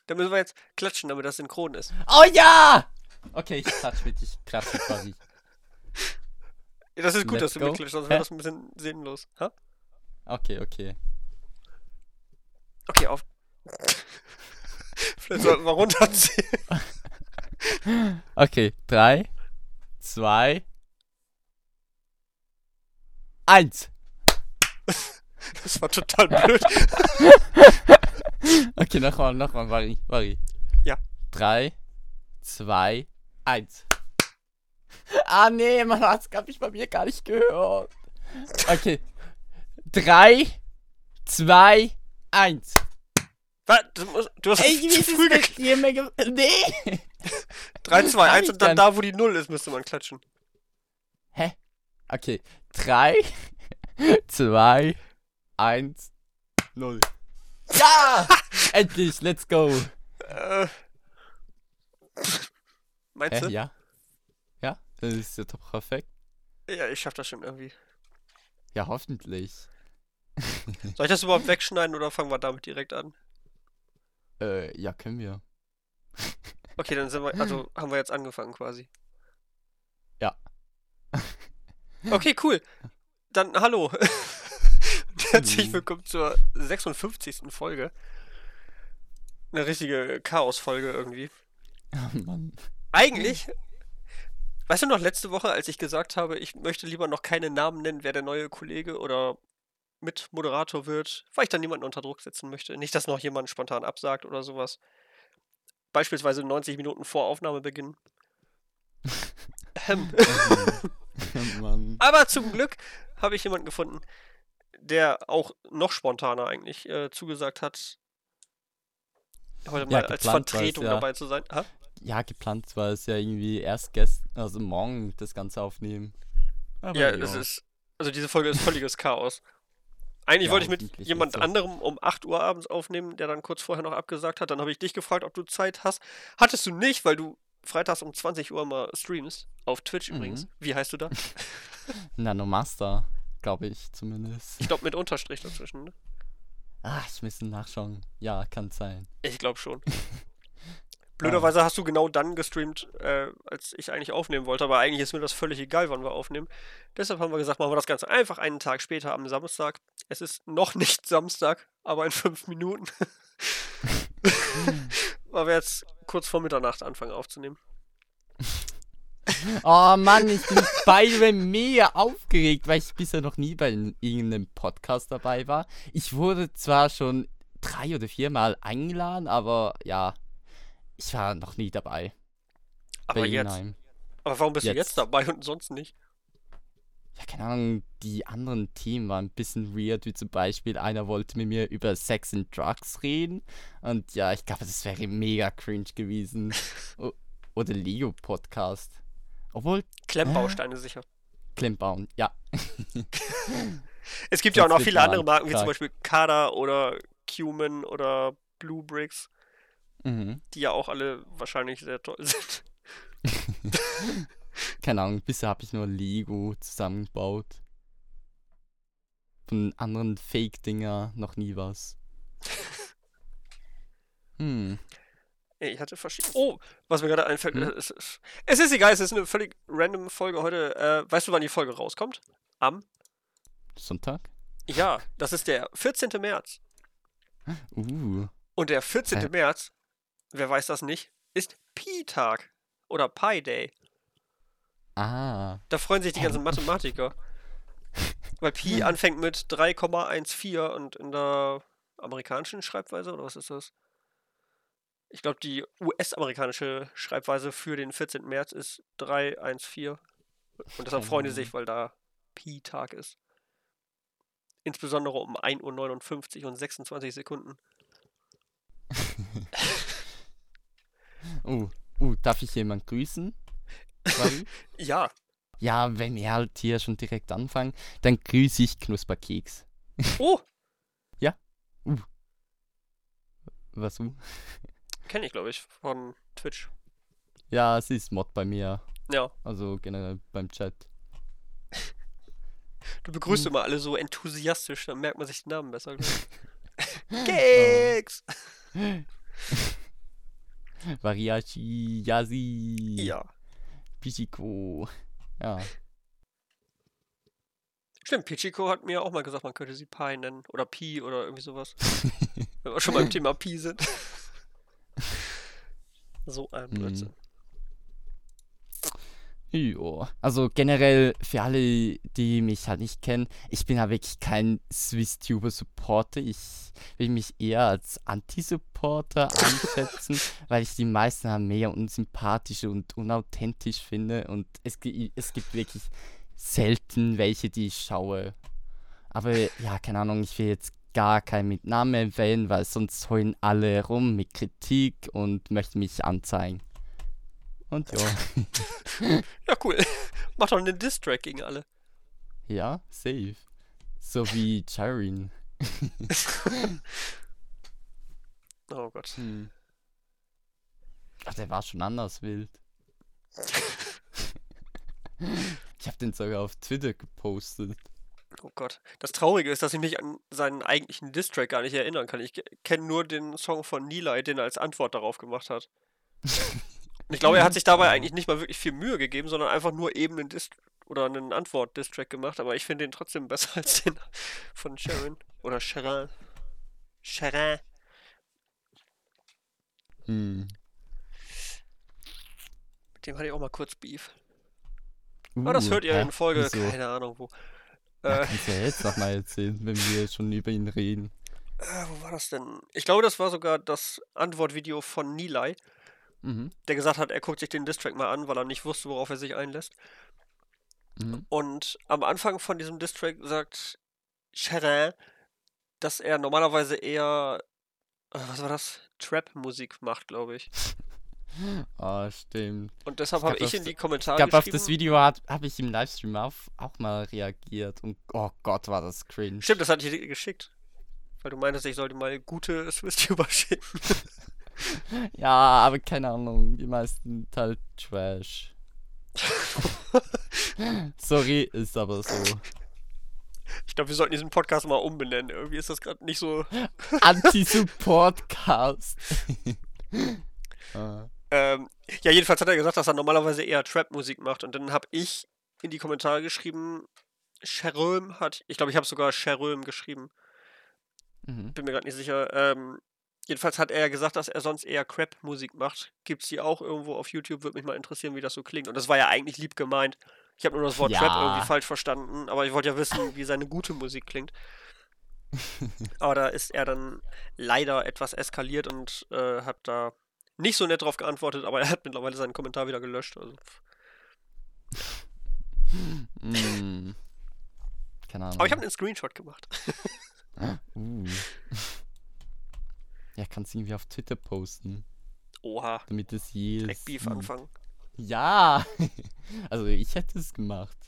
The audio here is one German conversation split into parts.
Dann müssen wir jetzt klatschen, damit das synchron ist. Oh ja! Okay, ich klatsch mit, quasi. Ja, das ist gut, dass Let's du go. mitklatscht, sonst wäre Hä? das ein bisschen sinnlos. Ha? Okay. Okay, auf. Vielleicht sollten wir runterziehen. Okay, 3, 2, 1. Das war total blöd. Okay, nochmal, Vari. Ja. 3, 2, 1. Ah, nee, man hat es, glaube ich, bei mir gar nicht gehört. Okay. 3, 2, 1. Was? Du hast Ey, wie zu ist es früh mit geklatscht. dir? Nee. 3, 2, 1 ich und dann denn? da, wo die 0 ist, müsste man klatschen. Hä? Okay. 3, 2, 1, 0. Ja! Endlich, let's go. Meinst du? Ja? Ja? Das ist ja doch perfekt. Ja, ich schaff das schon irgendwie. Ja, hoffentlich. Soll ich das überhaupt wegschneiden oder fangen wir damit direkt an? Ja, können wir. Okay, dann haben wir jetzt angefangen quasi. Ja. Okay, cool. Dann hallo. Und herzlich willkommen zur 56. Folge. Eine richtige Chaos-Folge irgendwie. Oh Mann. Eigentlich, weißt du noch, letzte Woche, als ich gesagt habe, ich möchte lieber noch keine Namen nennen, wer der neue Kollege oder Mitmoderator wird, weil ich dann niemanden unter Druck setzen möchte. Nicht, dass noch jemand spontan absagt oder sowas. Beispielsweise 90 Minuten vor Aufnahmebeginn. Oh Mann. Aber zum Glück habe ich jemanden gefunden, der auch noch spontaner eigentlich zugesagt hat, heute Ja, mal als geplant war es Vertretung ja. dabei zu sein. Ha? Ja, geplant war es ja irgendwie erst gestern, also morgen das Ganze aufnehmen. Aber Ja, also diese Folge ist völliges Chaos. Eigentlich Ja, wollte ich mit hoffentlich jemand nicht so. anderem um 8 Uhr abends aufnehmen, der dann kurz vorher noch abgesagt hat. Dann habe ich dich gefragt, ob du Zeit hast. Hattest du nicht, weil du freitags um 20 Uhr mal streamst. Auf Twitch übrigens. Wie heißt du da? Nanomaster, glaube ich zumindest. Ich glaube mit Unterstrich dazwischen, ne? Ah, ich müsste nachschauen. Ja, kann sein. Ich glaube schon. Blöderweise hast du genau dann gestreamt, als ich eigentlich aufnehmen wollte, aber eigentlich ist mir das völlig egal, wann wir aufnehmen. Deshalb haben wir gesagt, machen wir das Ganze einfach einen Tag später am Samstag. Es ist noch nicht Samstag, aber in 5 Minuten. Weil wir jetzt kurz vor Mitternacht anfangen aufzunehmen. Oh Mann, ich bin beide mega aufgeregt, weil ich bisher noch nie bei irgendeinem Podcast dabei war. Ich wurde zwar schon 3 oder 4 Mal eingeladen, aber ja, ich war noch nie dabei. Aber Bei jetzt. irgendeinem. Aber warum bist du Jetzt. jetzt dabei und sonst nicht? Ja, keine Ahnung, die anderen Teams waren ein bisschen weird, wie zum Beispiel einer wollte mit mir über Sex and Drugs reden und ja, ich glaube, das wäre mega cringe gewesen. Oder Lego-Podcast. Obwohl, Klemmbausteine sicher. Klemmbauern, ja. Es gibt ja auch noch Das wird viele andere mal Marken, wie zum stark. Beispiel Kada oder Cuman oder Blue Bricks, Mhm. die ja auch alle wahrscheinlich sehr toll sind. Keine Ahnung, bisher habe ich nur Lego zusammengebaut. Von anderen Fake-Dinger noch nie was. Ich hatte verschiedene. Oh, was mir gerade einfällt. Hm? Es ist egal, es ist eine völlig random Folge heute. Weißt du, wann die Folge rauskommt? Sonntag? Ja, das ist der 14. März. Und der 14. Hä? März, wer weiß das nicht, ist Pi-Tag. Oder Pi Day. Ah. Da freuen sich die ganzen Mathematiker. Weil Pi anfängt mit 3,14 und in der amerikanischen Schreibweise, oder was ist das? Ich glaube, die US-amerikanische Schreibweise für den 14. März ist 314. Und deshalb freuen die sich, weil da Pi-Tag ist. Insbesondere um 1:59 Uhr und 26 Sekunden. Darf ich jemand grüßen? Vari? Ja, Ja, wenn wir halt hier schon direkt anfangen, dann grüße ich Knusperkeks. oh, Was? kenne ich, glaube ich, von Twitch. Ja, sie ist Mod bei mir. Ja, Also generell beim Chat. du begrüßt immer alle so enthusiastisch, dann merkt man sich den Namen besser. glaub ich. Keks! Variashi, Yasi, Ja. Pichiko. Ja. Stimmt, Pichiko hat mir auch mal gesagt, man könnte sie Pi nennen. Oder Pi oder irgendwie sowas. Wenn wir schon beim Thema Pi sind. So ein Blödsinn. Jo. Also generell für alle, die mich halt nicht kennen, ich bin ja wirklich kein Swiss-Tuber-Supporter. Ich will mich eher als Anti-Supporter einschätzen, weil ich die meisten halt mega unsympathisch und unauthentisch finde. Und es gibt wirklich selten welche, die ich schaue. Aber ja, keine Ahnung, ich will jetzt gar keinen mit Namen erwähnen, weil sonst heulen alle rum mit Kritik und möchten mich anzeigen. Und ja. Ja, cool. Mach doch einen Diss-Track gegen alle. Ja, safe. So wie Jiren. Oh Gott. Ach, der war schon anders wild. Ich habe den sogar auf Twitter gepostet. Oh Gott. Das Traurige ist, dass ich mich an seinen eigentlichen Diss-Track gar nicht erinnern kann. Ich kenne nur den Song von Nilay, den er als Antwort darauf gemacht hat. Und ich glaube, er hat sich dabei eigentlich nicht mal wirklich viel Mühe gegeben, sondern einfach nur eben einen einen Antwort-Diss-Track gemacht. Aber ich finde den trotzdem besser als den von Sharon. Oder Sharon. Sharon. Mit dem hatte ich auch mal kurz Beef. Aber das hört ihr in Folge, wieso? keine Ahnung wo. Ja, kannst du ja jetzt nochmal erzählen, wenn wir schon über ihn reden. Wo war das denn? Ich glaube, das war sogar das Antwortvideo von Nilay, der gesagt hat, er guckt sich den Distrack mal an, weil er nicht wusste, worauf er sich einlässt. Und am Anfang von diesem Distrack sagt Sharon, dass er normalerweise eher, was war das? Trap-Musik macht, glaube ich. Ah, stimmt. Und deshalb habe ich in die Kommentare Ich glaube, auf geschrieben. das Video habe ich im Livestream auch mal reagiert. Und oh Gott, war das cringe. Stimmt, das hatte ich dir geschickt. Weil du meintest, ich sollte mal gute Swiss-Tuber schicken. Ja, aber keine Ahnung. Die meisten sind halt Trash. Sorry, ist aber so. Ich glaube, wir sollten diesen Podcast mal umbenennen. Irgendwie ist das gerade nicht so. Anti-Support-Cast. Ja, jedenfalls hat er gesagt, dass er normalerweise eher Trap-Musik macht. Und dann habe ich in die Kommentare geschrieben, Sheröm hat. Ich glaube, ich habe sogar Sheröm geschrieben. Bin mir gerade nicht sicher. Jedenfalls hat er gesagt, dass er sonst eher Crap-Musik macht. Gibt's die auch irgendwo auf YouTube? Würde mich mal interessieren, wie das so klingt. Und das war ja eigentlich lieb gemeint. Ich habe nur das Wort Trap irgendwie falsch verstanden, aber ich wollte ja wissen, wie seine gute Musik klingt. Aber da ist er dann leider etwas eskaliert und hat da nicht so nett drauf geantwortet, aber er hat mittlerweile seinen Kommentar wieder gelöscht. Also. Keine Ahnung. Aber ich habe einen Screenshot gemacht. Ja, kannst du irgendwie auf Twitter posten. Oha. Damit es jedes Direkt Beef anfangen. Ja. Also ich hätte es gemacht.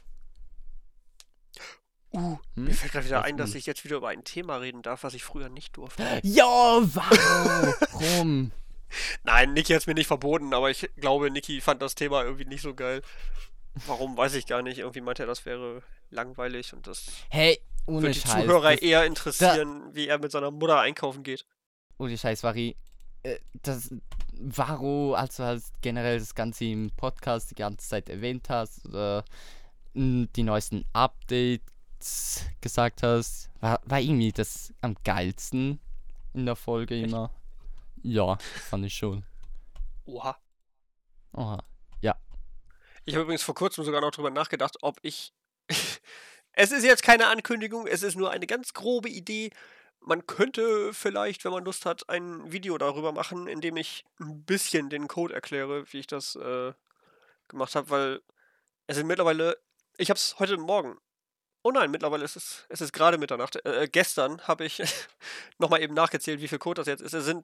Mir fällt gerade wieder ein, dass ich jetzt wieder über ein Thema reden darf, was ich früher nicht durfte. Ja, warum? Nein, Niki hat es mir nicht verboten, aber ich glaube, Niki fand das Thema irgendwie nicht so geil. Warum, weiß ich gar nicht. Irgendwie meinte er, das wäre langweilig und das ohne wird die Scheiß. Zuhörer eher interessieren, wie er mit seiner Mutter einkaufen geht. Ohne Scheiß, Vari. Das Varo, also als generell das Ganze im Podcast die ganze Zeit erwähnt hast oder die neuesten Updates gesagt hast, war irgendwie das am geilsten in der Folge immer. Ja, fand ich schon. Oha. Ja. Ich habe übrigens vor kurzem sogar noch drüber nachgedacht, ob ich... Es ist jetzt keine Ankündigung, es ist nur eine ganz grobe Idee. Man könnte vielleicht, wenn man Lust hat, ein Video darüber machen, in dem ich ein bisschen den Code erkläre, wie ich das gemacht habe, weil es sind mittlerweile... Ich habe es heute Morgen... Oh nein, mittlerweile ist es gerade Mitternacht. Gestern habe ich nochmal eben nachgezählt, wie viel Code das jetzt ist. Es sind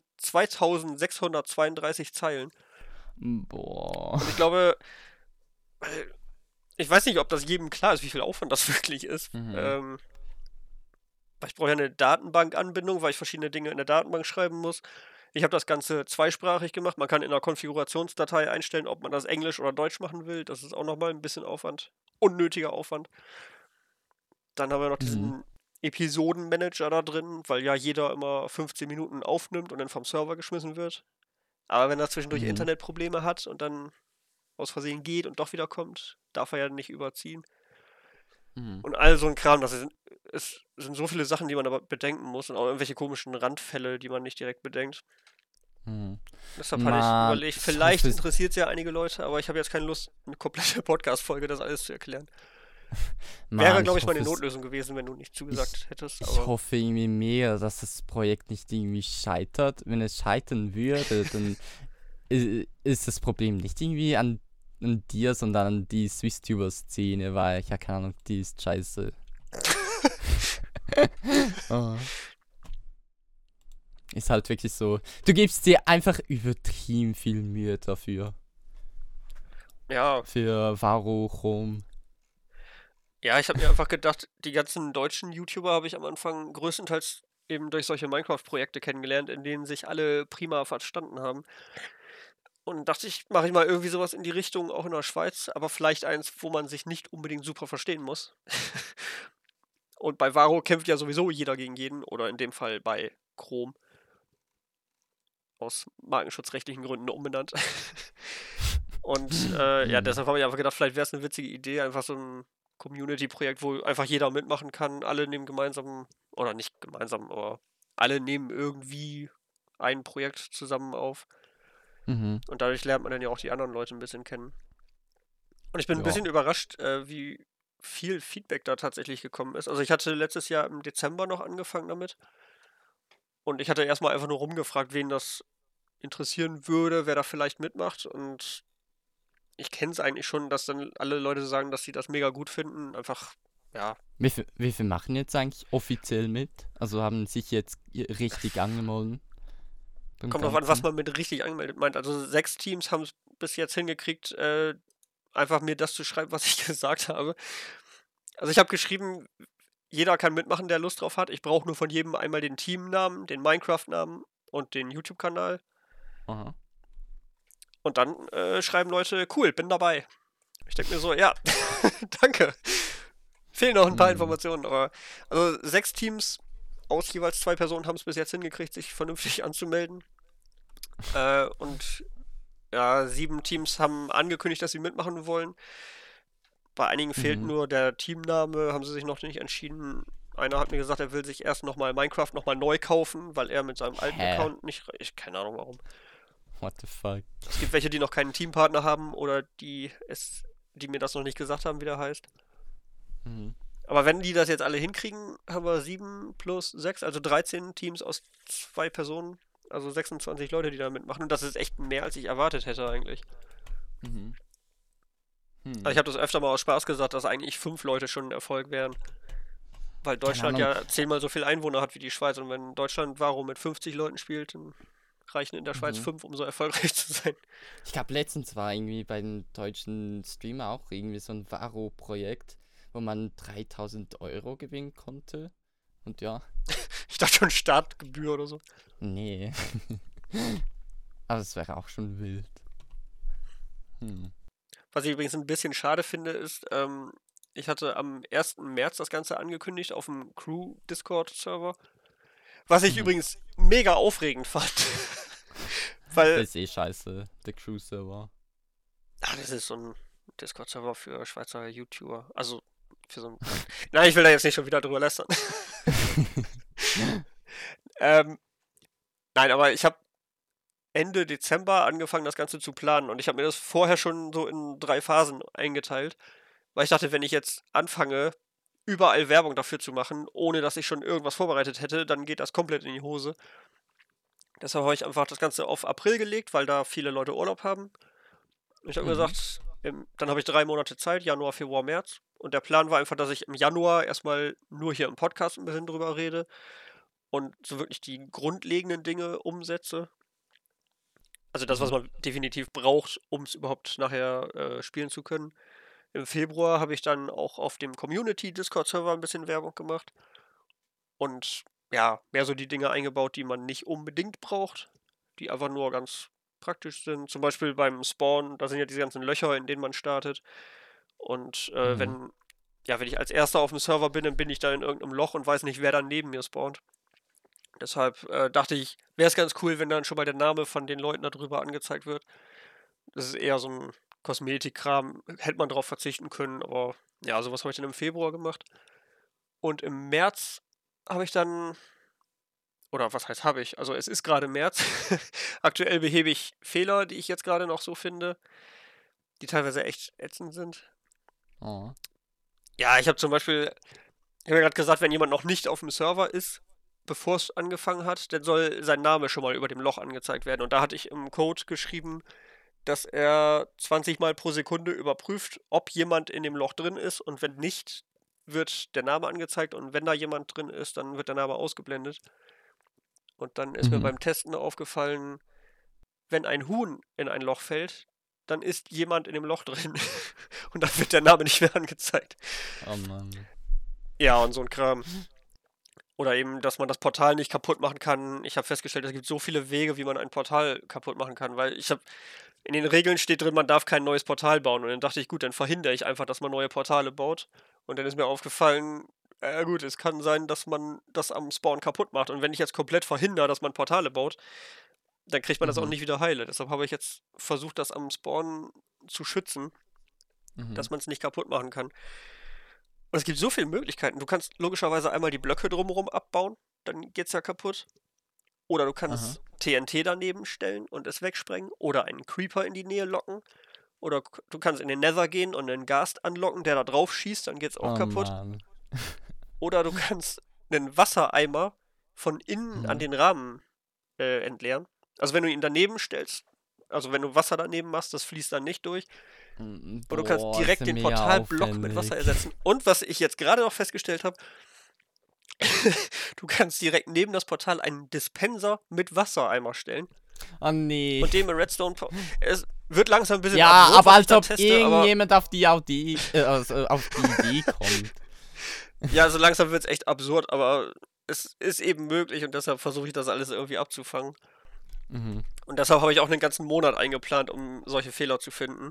2632 Zeilen. Boah. Und ich glaube, ich weiß nicht, ob das jedem klar ist, wie viel Aufwand das wirklich ist. Weil ich brauche ja eine Datenbankanbindung, weil ich verschiedene Dinge in der Datenbank schreiben muss. Ich habe das Ganze zweisprachig gemacht. Man kann in der Konfigurationsdatei einstellen, ob man das Englisch oder Deutsch machen will. Das ist auch nochmal ein bisschen Aufwand. Unnötiger Aufwand. Dann haben wir noch diesen Episodenmanager da drin, weil ja jeder immer 15 Minuten aufnimmt und dann vom Server geschmissen wird. Aber wenn er zwischendurch Mhm. Internetprobleme hat und dann aus Versehen geht und doch wieder kommt, darf er ja nicht überziehen. Mhm. Und all so ein Kram, es sind so viele Sachen, die man aber bedenken muss und auch irgendwelche komischen Randfälle, die man nicht direkt bedenkt. Mhm. Deshalb hatte ich Man, überlegt, ich vielleicht hoffe, interessiert es ja einige Leute, aber ich habe jetzt keine Lust, eine komplette Podcast-Folge das alles zu erklären. Wäre, ich glaube ich, meine hoffe Notlösung gewesen, wenn du nicht ich, zugesagt hättest, ich aber hoffe irgendwie mehr, dass das Projekt nicht irgendwie scheitert. Wenn es scheitern würde, dann ist das Problem nicht irgendwie an dir, sondern an die SwissTuber-Szene, weil, ja, keine Ahnung, die ist scheiße. Oh. Ist halt wirklich so. Du gibst dir einfach übertrieben viel Mühe dafür. ja, Für Varo, Chrom. ja, ich habe mir einfach gedacht, die ganzen deutschen YouTuber habe ich am Anfang größtenteils eben durch solche Minecraft-Projekte kennengelernt, in denen sich alle prima verstanden haben. Und dachte ich, mache ich mal irgendwie sowas in die Richtung, auch in der Schweiz, aber vielleicht eins, wo man sich nicht unbedingt super verstehen muss. Und bei Varo kämpft ja sowieso jeder gegen jeden, oder in dem Fall bei Chrome, aus markenschutzrechtlichen Gründen umbenannt. Und ja, Mhm. deshalb habe ich einfach gedacht, vielleicht wäre es eine witzige Idee, einfach so ein Community-Projekt, wo einfach jeder mitmachen kann. Alle nehmen gemeinsam, oder nicht gemeinsam, aber alle nehmen irgendwie ein Projekt zusammen auf. Mhm. Und dadurch lernt man dann ja auch die anderen Leute ein bisschen kennen. Und ich bin ein Ja. bisschen überrascht, wie viel Feedback da tatsächlich gekommen ist. Also ich hatte letztes Jahr im Dezember noch angefangen damit. Und ich hatte erstmal einfach nur rumgefragt, wen das interessieren würde, wer da vielleicht mitmacht. Und ich kenne es eigentlich schon, dass dann alle Leute sagen, dass sie das mega gut finden. Einfach, ja, Wie viel machen jetzt eigentlich offiziell mit? Also haben sich jetzt richtig angemeldet beim kommt drauf an, was Ganzen? man mit richtig angemeldet meint. Also 6 Teams haben es bis jetzt hingekriegt, einfach mir das zu schreiben, was ich gesagt habe. Also ich habe geschrieben, jeder kann mitmachen, der Lust drauf hat. Ich brauche nur von jedem einmal den Teamnamen, den Minecraft-Namen und den YouTube-Kanal. Aha. Und dann schreiben Leute, cool, bin dabei. Ich denke mir so, ja, danke. Fehlen noch ein paar Mhm. Informationen, aber also 6 Teams aus jeweils 2 Personen haben es bis jetzt hingekriegt, sich vernünftig anzumelden. Und ja, 7 Teams haben angekündigt, dass sie mitmachen wollen. Bei einigen fehlt Mhm. nur der Teamname, haben sie sich noch nicht entschieden. Einer hat mir gesagt, er will sich erst nochmal Minecraft nochmal neu kaufen, weil er mit seinem alten Hä? Account nicht. Ich keine Ahnung warum. What the fuck? Es gibt welche, die noch keinen Teampartner haben oder die mir das noch nicht gesagt haben, wie der heißt. Mhm. Aber wenn die das jetzt alle hinkriegen, haben wir 7 plus 6, also 13 Teams aus 2 Personen. Also 26 Leute, die da mitmachen. Und das ist echt mehr, als ich erwartet hätte eigentlich. Mhm. Also ich Hm. habe das öfter mal aus Spaß gesagt, dass eigentlich 5 Leute schon ein Erfolg wären. Weil Keine Deutschland Ahnung. ja 10-mal so viel Einwohner hat wie die Schweiz. Und wenn Deutschland Varo mit 50 Leuten spielt, dann reichen in der Schweiz Mhm. 5, um so erfolgreich zu sein. Ich glaube, letztens war irgendwie bei den deutschen Streamer auch irgendwie so ein Varo-Projekt, wo man 3.000 € gewinnen konnte. Und ja, Ich dachte schon Startgebühr oder so. nee. Aber es wäre auch schon wild. Hm. Was ich übrigens ein bisschen schade finde, ist, ich hatte am 1. März das Ganze angekündigt auf dem Crew-Discord-Server. Was ich Mhm. übrigens mega aufregend fand. Der Weil, ist eh scheiße, der Crew-Server. das ist so ein Discord-Server für Schweizer YouTuber. Also, für so ein. Nein, ich will da jetzt nicht schon wieder drüber lästern. ähm, nein, aber ich habe Ende Dezember angefangen, das Ganze zu planen. Und ich habe mir das vorher schon so in 3 Phasen eingeteilt. Weil ich dachte, wenn ich jetzt anfange, überall Werbung dafür zu machen, ohne dass ich schon irgendwas vorbereitet hätte, dann geht das komplett in die Hose. Deshalb habe ich einfach das Ganze auf April gelegt, weil da viele Leute Urlaub haben. Und ich habe mir Mhm. gesagt, dann habe ich 3 Monate Zeit, Januar, Februar, März. Und der Plan war einfach, dass ich im Januar erstmal nur hier im Podcast ein bisschen drüber rede und so wirklich die grundlegenden Dinge umsetze. Also das, was Mhm. man definitiv braucht, um es überhaupt nachher spielen zu können. Im Februar habe ich dann auch auf dem Community-Discord-Server ein bisschen Werbung gemacht und ja, mehr so die Dinge eingebaut, die man nicht unbedingt braucht, die einfach nur ganz praktisch sind. Zum Beispiel beim Spawn, da sind ja diese ganzen Löcher, in denen man startet. Und Mhm. wenn ich als Erster auf dem Server bin, dann bin ich da in irgendeinem Loch und weiß nicht, wer da neben mir spawnt. Deshalb dachte ich, wäre es ganz cool, wenn dann schon mal der Name von den Leuten da drüber angezeigt wird. Das ist eher so ein Kosmetikkram, hätte man drauf verzichten können, aber ja, sowas habe ich dann im Februar gemacht. Und im März habe ich dann, oder was heißt habe ich? Also es ist gerade März. Aktuell behebe ich Fehler, die ich jetzt gerade noch so finde, die teilweise echt ätzend sind. Oh. Ja, ich habe zum Beispiel, ich habe ja gerade gesagt, wenn jemand noch nicht auf dem Server ist, bevor es angefangen hat, dann soll sein Name schon mal über dem Loch angezeigt werden. Und da hatte ich im Code geschrieben, dass er 20 Mal pro Sekunde überprüft, ob jemand in dem Loch drin ist. Und wenn nicht, wird der Name angezeigt. Und wenn da jemand drin ist, dann wird der Name ausgeblendet. Und dann ist mir Mhm. beim Testen aufgefallen, wenn ein Huhn in ein Loch fällt, dann ist jemand in dem Loch drin. Und dann wird der Name nicht mehr angezeigt. Oh Mann. Ja, und so ein Kram. Oder eben, dass man das Portal nicht kaputt machen kann. Ich habe festgestellt, es gibt so viele Wege, wie man ein Portal kaputt machen kann, weil ich habe in den Regeln steht drin, man darf kein neues Portal bauen. Und dann dachte ich, gut, dann verhindere ich einfach, dass man neue Portale baut. Und dann ist mir aufgefallen, gut, es kann sein, dass man das am Spawn kaputt macht. Und wenn ich jetzt komplett verhindere, dass man Portale baut, dann kriegt man das auch Mhm. nicht wieder heile. Deshalb habe ich jetzt versucht, das am Spawn zu schützen, Mhm. dass man es nicht kaputt machen kann. Und es gibt so viele Möglichkeiten. Du kannst logischerweise einmal die Blöcke drumherum abbauen, dann geht's ja kaputt. Oder du Aha. kannst TNT daneben stellen und es wegsprengen. Oder einen Creeper in die Nähe locken. Oder du kannst in den Nether gehen und einen Ghast anlocken, der da drauf schießt, dann geht's auch Oh kaputt. Mann. Oder du kannst einen Wassereimer von innen an Mhm. den Rahmen entleeren. Also wenn du ihn daneben stellst, also wenn du Wasser daneben machst, das fließt dann nicht durch. Und du kannst Boah, ist direkt ja den mega Portalblock mit Wasser aufwendig. ersetzen. Und was ich jetzt gerade noch festgestellt habe, du kannst direkt neben das Portal einen Dispenser mit Wassereimer stellen Oh nee. und dem in Redstone. Es wird langsam ein bisschen Ja, absurd, aber was ich als da ob teste, aber irgendjemand auf die auf die Idee kommt. ja, so langsam wird es echt absurd, aber es ist eben möglich und deshalb versuche ich das alles irgendwie abzufangen. Mhm. Und deshalb habe ich auch einen ganzen Monat eingeplant, um solche Fehler zu finden.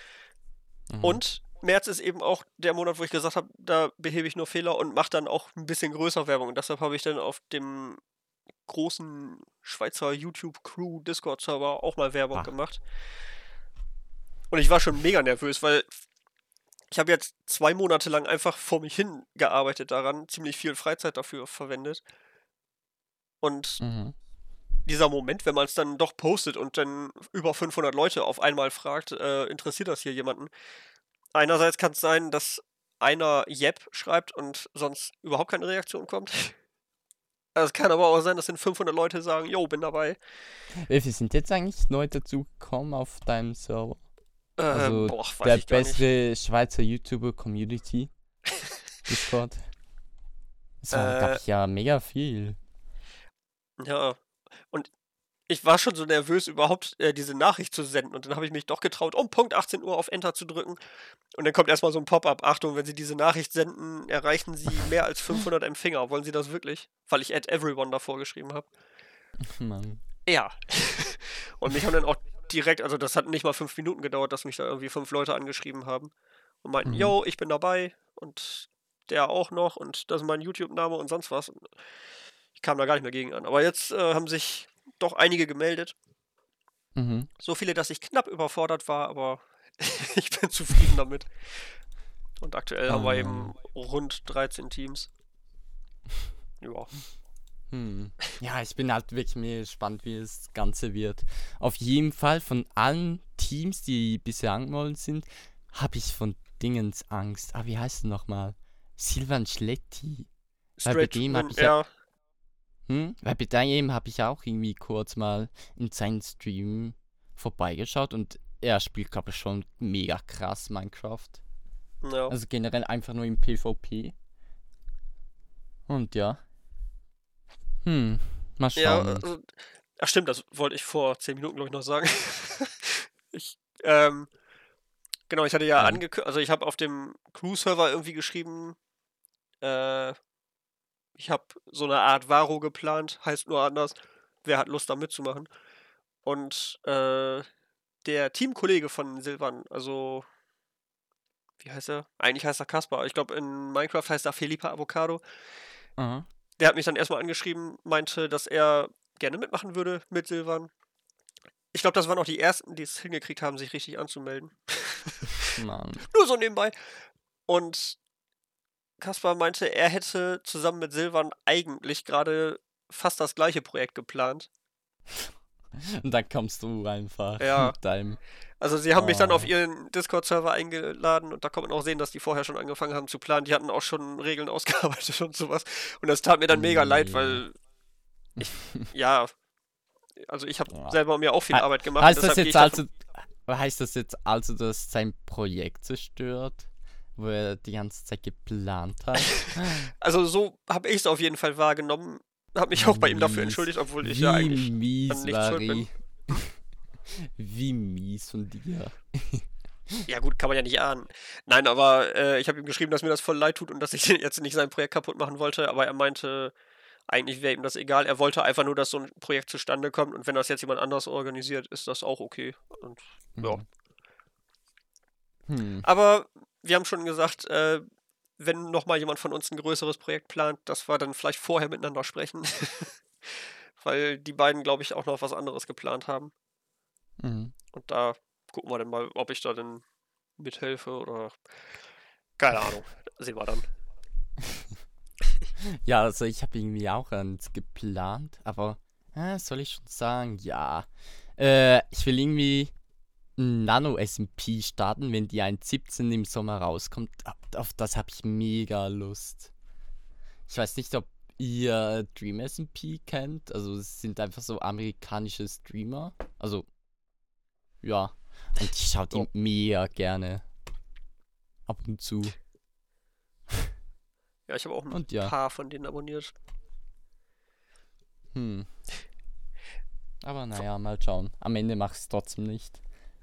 Mhm. Und März ist eben auch der Monat, wo ich gesagt habe, da behebe ich nur Fehler und mache dann auch ein bisschen größer Werbung. Und deshalb habe ich dann auf dem großen Schweizer YouTube-Crew Discord-Server auch mal Werbung Ach. gemacht. Und ich war schon mega nervös, weil ich habe jetzt 2 Monate lang einfach vor mich hin gearbeitet daran, ziemlich viel Freizeit dafür verwendet. Und Mhm. dieser Moment, wenn man es dann doch postet und dann über 500 Leute auf einmal fragt, interessiert das hier jemanden? Einerseits kann es sein, dass einer Yep schreibt und sonst überhaupt keine Reaktion kommt. Es kann aber auch sein, dass dann 500 Leute sagen, jo, bin dabei. Wie viele sind jetzt eigentlich neu dazugekommen auf deinem Server? Also Boah, weiß der ich gar nicht. bessere Schweizer YouTuber-Community Discord. Es waren, glaube Äh, ich, ja mega viel. ja. Und ich war schon so nervös, überhaupt diese Nachricht zu senden. Und dann habe ich mich doch getraut, um Punkt 18 Uhr auf Enter zu drücken. Und dann kommt erstmal so ein Pop-up. Achtung, wenn Sie diese Nachricht senden, erreichen Sie mehr als 500 Empfänger. Wollen Sie das wirklich? Weil ich Add Everyone davor geschrieben habe. Mann. Ja. Und mich haben dann auch direkt, also das hat nicht mal 5 Minuten gedauert, dass mich da irgendwie 5 Leute angeschrieben haben und meinten, Mhm. yo, ich bin dabei und der auch noch und das ist mein YouTube-Name und sonst was. Und ich kam da gar nicht mehr gegen an. Aber jetzt haben sich doch einige gemeldet. Mhm. So viele, dass ich knapp überfordert war, aber ich bin zufrieden damit. Und aktuell haben Oh wir eben Mann. rund 13 Teams. Ja. Ja, ich bin halt wirklich mega gespannt, wie das Ganze wird. Auf jeden Fall von allen Teams, die bisher angemeldet sind, habe ich von Dingens Angst. Ah, wie heißt er nochmal? Silvan Schletti. Weil bei Straight, dem habe wenn ich ja, er. weil bei dem habe ich auch irgendwie kurz mal in seinen Stream vorbeigeschaut und er spielt, glaube ich, schon mega krass Minecraft. Ja. Also generell einfach nur im PvP. Und ja. Mal Ja, schauen. ach stimmt, das wollte ich vor 10 Minuten, glaube ich, noch sagen. Ich, ähm, genau, ich hatte ja Ja. also ich habe auf dem Crew-Server irgendwie geschrieben, äh, ich habe so eine Art Varo geplant, heißt nur anders. Wer hat Lust da mitzumachen? Und der Teamkollege von Silvan, also, wie heißt er? Eigentlich heißt er Kaspar. Ich glaube, in Minecraft heißt er Felipe Avocado. Aha. der hat mich dann erstmal angeschrieben, meinte, dass er gerne mitmachen würde mit Silvan. Ich glaube, das waren auch die ersten, die es hingekriegt haben, sich richtig anzumelden. Mann. Nur so nebenbei. Und Kaspar meinte, er hätte zusammen mit Silvan eigentlich gerade fast das gleiche Projekt geplant. Und dann kommst du einfach Ja. mit deinem. Also sie haben mich dann auf Oh. ihren Discord-Server eingeladen und da kann man auch sehen, dass die vorher schon angefangen haben zu planen. Die hatten auch schon Regeln ausgearbeitet und sowas. Und das tat mir dann mega leid, Nee. weil ja, also ich habe Ja. selber mir auch viel He- Arbeit gemacht. Heißt deshalb das gehe jetzt ich davon, heißt das jetzt also, dass sein Projekt zerstört, wo er die ganze Zeit geplant hat? also so habe ich es auf jeden Fall wahrgenommen. Habe mich auch bei ihm dafür Mies. entschuldigt, obwohl ich Wie ja eigentlich mies, an nichts schuld bin. Vari. Wie mies von dir. Ja gut, kann man ja nicht ahnen. Nein, aber ich habe ihm geschrieben, dass mir das voll leid tut und dass ich jetzt nicht sein Projekt kaputt machen wollte, aber er meinte, eigentlich wäre ihm das egal. Er wollte einfach nur, dass so ein Projekt zustande kommt und wenn das jetzt jemand anders organisiert, ist das auch okay. Und ja. Hm. Aber wir haben schon gesagt, wenn nochmal jemand von uns ein größeres Projekt plant, dass wir dann vielleicht vorher miteinander sprechen. Weil die beiden, glaube ich, auch noch was anderes geplant haben. Mhm. Und da gucken wir dann mal, ob ich da denn mithelfe oder keine Ahnung. Sehen wir dann. Ja, also ich habe irgendwie auch eins geplant, aber soll ich schon sagen, ja. Ich will irgendwie ein Nano-SMP starten, wenn die 1.17 im Sommer rauskommt. Auf das habe ich mega Lust. Ich weiß nicht, ob ihr Dream SMP kennt. Also es sind einfach so amerikanische Streamer. Also, ja. Und ich schaue die Ja. mega gerne. Ab und zu. Ja, ich habe auch ein Und ja. paar von denen abonniert. Aber naja, mal schauen. Am Ende mach ich es trotzdem nicht.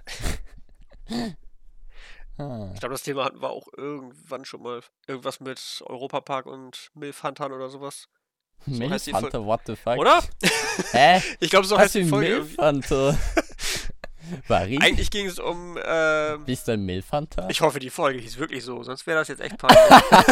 Ich glaube, das Thema hatten wir auch irgendwann schon mal. Irgendwas mit Europapark und Milf-Huntern oder sowas. So heißt die Folge. Milfhunter, what the fuck? Oder? Hä? Ich glaube, so Was heißt für die ein Folge. irgendwie. Milfhunter? Vari? Eigentlich ging es um. Bist du ein Milfhunter? Ich hoffe, die Folge hieß wirklich so, sonst wäre das jetzt echt peinlich.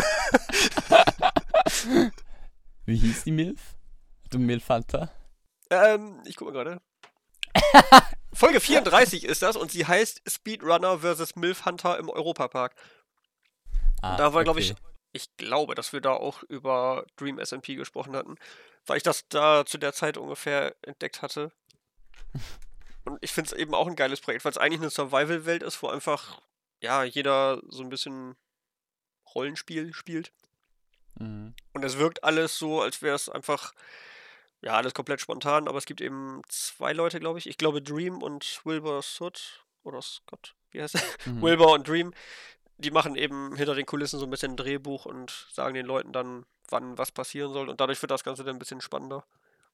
Wie hieß die Milf? Du Milfhunter? Ich gucke mal gerade. Folge 34 ist das und sie heißt Speedrunner vs. Milf-Hunter im Europapark. Ah, Da war, glaube okay. ich glaube, dass wir da auch über Dream SMP gesprochen hatten, weil ich das da zu der Zeit ungefähr entdeckt hatte. Und ich finde es eben auch ein geiles Projekt, weil es eigentlich eine Survival-Welt ist, wo einfach, ja, jeder so ein bisschen Rollenspiel spielt. Mhm. Und es wirkt alles so, als wäre es einfach, ja, alles komplett spontan, aber es gibt eben zwei Leute, glaube ich. Ich glaube Dream und Wilbur Soot, oder Scott, wie heißt er? Mhm. Wilbur und Dream, die machen eben hinter den Kulissen so ein bisschen ein Drehbuch und sagen den Leuten dann, wann was passieren soll. Und dadurch wird das Ganze dann ein bisschen spannender.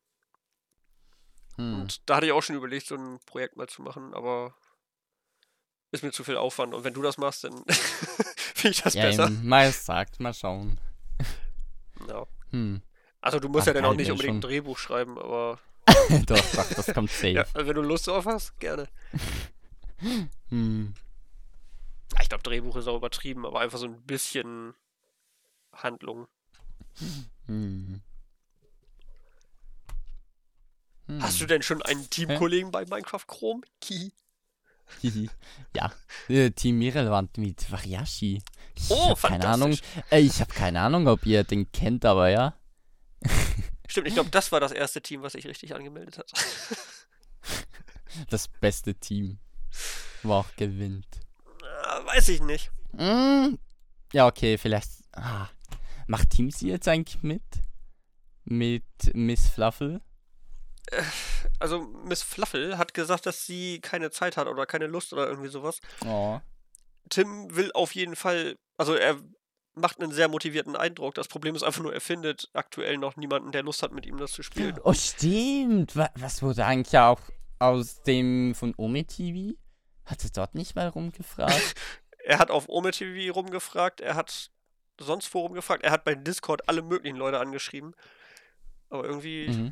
Und da hatte ich auch schon überlegt, so ein Projekt mal zu machen, aber ist mir zu viel Aufwand. Und wenn du das machst, dann finde ich das Ja, besser. eben, mal sagt, mal schauen. Ja. Hm. Also du musst Aber ja dann auch geil nicht wär unbedingt ein schon. Drehbuch schreiben, aber Doch, das kommt safe. ja, wenn du Lust drauf hast, gerne. Hm. Ja, ich glaube, Drehbuch ist auch übertrieben, aber einfach so ein bisschen Handlung. Hm. Hast du denn schon einen Teamkollegen bei Minecraft Chrome? Ki. Ja, Team Irrelevant mit Variashi. Ich Oh, habe keine Ahnung. Ich habe keine Ahnung, ob ihr den kennt, aber ja. Stimmt, ich glaube, das war das erste Team, was sich richtig angemeldet hat. Das beste Team, wo auch gewinnt. Weiß ich nicht. Ja, okay, vielleicht. Macht Team sie jetzt eigentlich mit? Mit Miss Fluffle? Also Miss Fluffle hat gesagt, dass sie keine Zeit hat oder keine Lust oder irgendwie sowas. Oh. Tim will auf jeden Fall, also er macht einen sehr motivierten Eindruck. Das Problem ist einfach nur, er findet aktuell noch niemanden, der Lust hat, mit ihm das zu spielen. Oh, stimmt. Was wurde eigentlich auch aus dem von Ome TV? Hat er dort nicht mal rumgefragt? Er hat auf Ome TV rumgefragt, er hat sonst wo rumgefragt, er hat bei Discord alle möglichen Leute angeschrieben. Aber irgendwie.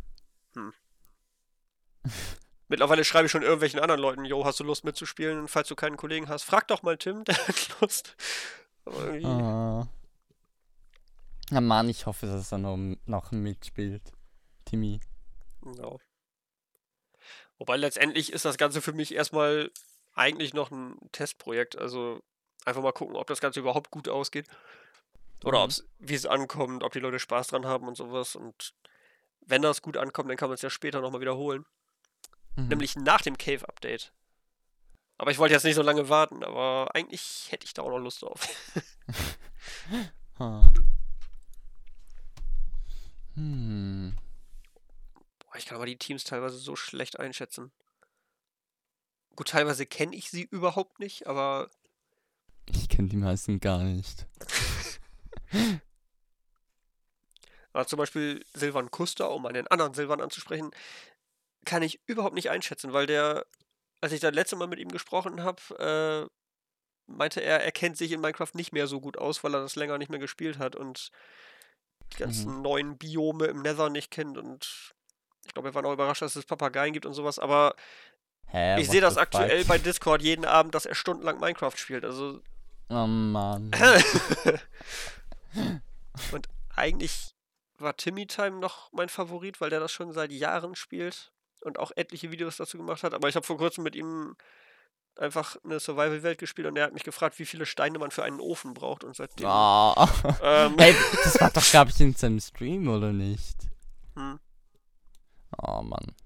Mittlerweile schreibe ich schon irgendwelchen anderen Leuten, yo, hast du Lust mitzuspielen? Falls du keinen Kollegen hast, frag doch mal Tim, der hat Lust. Aber irgendwie. Ja, Mann, ich hoffe, dass er noch mitspielt. Timmy. Genau. Wobei letztendlich ist das Ganze für mich erstmal eigentlich noch ein Testprojekt. Also einfach mal gucken, ob das Ganze überhaupt gut ausgeht. Oder Mhm. wie es ankommt, ob die Leute Spaß dran haben und sowas. Und wenn das gut ankommt, dann kann man es ja später nochmal wiederholen. Mhm. Nämlich nach dem Cave-Update. Aber ich wollte jetzt nicht so lange warten, aber eigentlich hätte ich da auch noch Lust drauf. Ah. Hm. Boah, ich kann aber die Teams teilweise so schlecht einschätzen. Gut, teilweise kenne ich sie überhaupt nicht, aber Ich kenne die meisten gar nicht. zum Beispiel Silvan Kuster, um einen anderen Silvan anzusprechen, kann ich überhaupt nicht einschätzen, weil der, als ich das letzte Mal mit ihm gesprochen habe, meinte er kennt sich in Minecraft nicht mehr so gut aus, weil er das länger nicht mehr gespielt hat und die Mhm. ganzen neuen Biome im Nether nicht kennt und ich glaube, er war noch überrascht, dass es Papageien gibt und sowas, aber Hä, ich sehe what the das fuck? aktuell bei Discord jeden Abend, dass er stundenlang Minecraft spielt, also Oh Mann. und eigentlich war Timmy Time noch mein Favorit, weil der das schon seit Jahren spielt und auch etliche Videos dazu gemacht hat, aber ich habe vor Kurzem mit ihm einfach eine Survival-Welt gespielt und er hat mich gefragt, wie viele Steine man für einen Ofen braucht und seitdem, Ah. ähm, Hey, das war doch, glaube ich, in seinem Stream, oder nicht? hm, Oh Mann.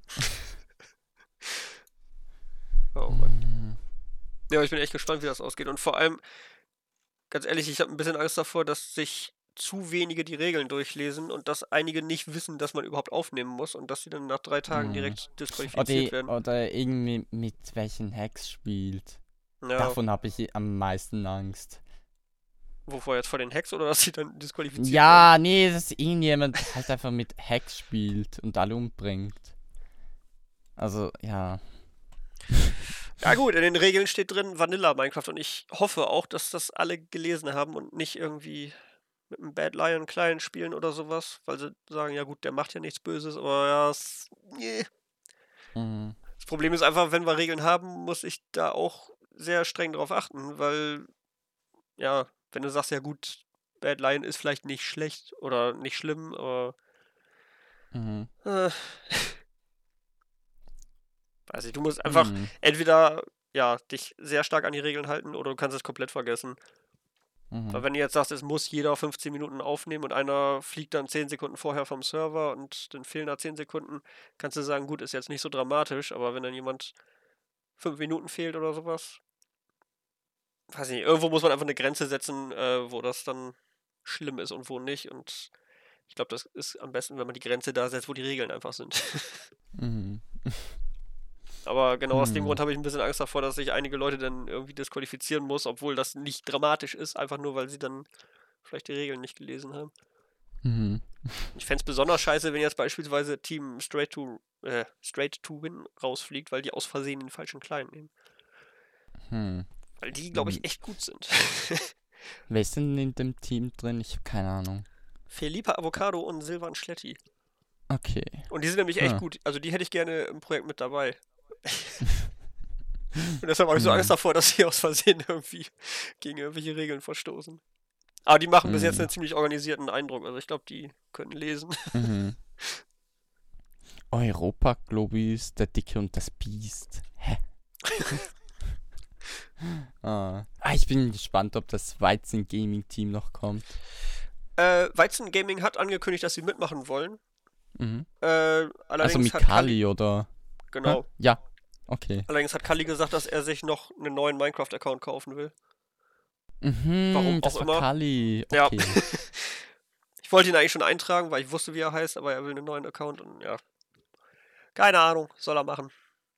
oh Mann. Hm. Ja, aber ich bin echt gespannt, wie das ausgeht und vor allem, ganz ehrlich, ich habe ein bisschen Angst davor, dass sich zu wenige die Regeln durchlesen und dass einige nicht wissen, dass man überhaupt aufnehmen muss und dass sie dann nach 3 Tagen Hm. direkt disqualifiziert werden. Oder irgendwie mit welchen Hacks spielt. Ja, Davon habe ich am meisten Angst. wovor jetzt vor den Hacks oder dass sie dann disqualifiziert werden? Ja, nee, dass irgendjemand halt einfach mit Hacks spielt und alle umbringt. Also, ja. Ja gut, in den Regeln steht drin Vanilla Minecraft und ich hoffe auch, dass das alle gelesen haben und nicht irgendwie mit einem Bad Lion Client spielen oder sowas, weil sie sagen, ja gut, der macht ja nichts Böses, aber ja, nee. Mhm. Das Problem ist einfach, wenn wir Regeln haben, muss ich da auch sehr streng drauf achten, weil, ja, wenn du sagst, ja gut, Bad Lion ist vielleicht nicht schlecht oder nicht schlimm, aber Mhm. äh, weiß ich, du musst einfach Mhm. entweder ja, dich sehr stark an die Regeln halten oder du kannst es komplett vergessen. Weil Mhm. wenn du jetzt sagst, es muss jeder 15 Minuten aufnehmen und einer fliegt dann 10 Sekunden vorher vom Server und dann fehlen da 10 Sekunden, kannst du sagen, gut, ist jetzt nicht so dramatisch, aber wenn dann jemand 5 Minuten fehlt oder sowas, weiß nicht, irgendwo muss man einfach eine Grenze setzen, wo das dann schlimm ist und wo nicht. Und ich glaube, das ist am besten, wenn man die Grenze da setzt, wo die Regeln einfach sind. Mhm. Aber genau aus dem Mhm. Grund habe ich ein bisschen Angst davor, dass ich einige Leute dann irgendwie disqualifizieren muss, obwohl das nicht dramatisch ist, einfach nur, weil sie dann vielleicht die Regeln nicht gelesen haben. Mhm. Ich fände es besonders scheiße, wenn jetzt beispielsweise Team Straight to Win rausfliegt, weil die aus Versehen den falschen Kleinen nehmen. Hm. Weil die, glaube Hm. ich, echt gut sind. Wer ist denn in dem Team drin? Ich habe keine Ahnung. Felipe Avocado und Silvan Schletti. Okay. Und die sind nämlich echt Ah. gut. Also die hätte ich gerne im Projekt mit dabei. Und deshalb habe ich so Angst Hm. davor, dass sie aus Versehen irgendwie gegen irgendwelche Regeln verstoßen. Aber die machen bis jetzt Hm. einen ziemlich organisierten Eindruck. Also ich glaube, die können lesen. Mhm. Europa Globis, der Dicke und das Biest. Hä? Ich bin gespannt, ob das Weizen Gaming Team noch kommt. Weizen Gaming hat angekündigt, dass sie mitmachen wollen. Mhm. Also Allerdings mit hat Kali, Kali oder? Hä? genau. Ja. Okay. Allerdings hat Kali gesagt, dass er sich noch einen neuen Minecraft-Account kaufen will. Warum Mhm, auch das war immer. Kali. Ja. Okay. Ich wollte ihn eigentlich schon eintragen, weil ich wusste, wie er heißt, aber er will einen neuen Account und ja. Keine Ahnung, soll er machen.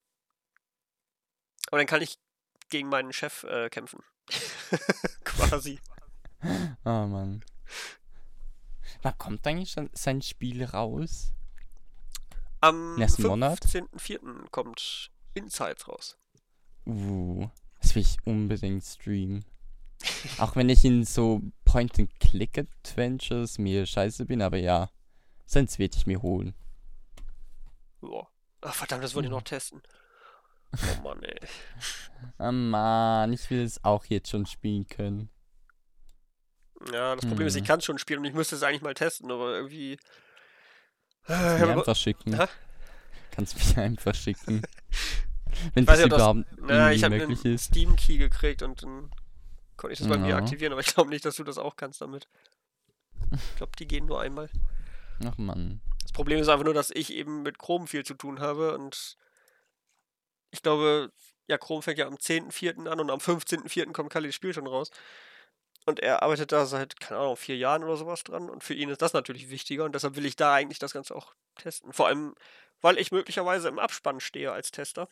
Aber dann kann ich gegen meinen Chef kämpfen. Quasi. Oh Mann. Wann kommt eigentlich sein Spiel raus? Am Nächsten Monat? 15.04. kommt Insights raus. Das will ich unbedingt streamen. Auch wenn ich in so Point-and-Click-Adventures mir scheiße bin, aber ja. Sonst werde ich mir holen. Boah. Ach, verdammt, das wollte ich noch testen. Oh Mann, ey. Ah Mann, ich will es auch jetzt schon spielen können. Ja, das Problem ist, ich Hm. kann es schon spielen und ich müsste es eigentlich mal testen, aber irgendwie. Kannst Ich du mir habe einfach schicken. Hä? Kannst du mir einfach schicken. Wenn Ich weiß das nicht, ob das. überhaupt Na, irgendwie ich habe möglich einen ist. Steam-Key gekriegt und dann konnte ich das bei mir Ja. aktivieren, aber ich glaube nicht, dass du das auch kannst damit. Ich glaube, die gehen nur einmal. Ach Mann. Das Problem ist einfach nur, dass ich eben mit Chrome viel zu tun habe und ich glaube, ja, Chrome fängt ja am 10.04. an und am 15.04. kommt Kallis Spiel schon raus. Und er arbeitet da seit, keine Ahnung, 4 Jahren oder sowas dran und für ihn ist das natürlich wichtiger und deshalb will ich da eigentlich das Ganze auch testen. Vor allem, weil ich möglicherweise im Abspann stehe als Tester.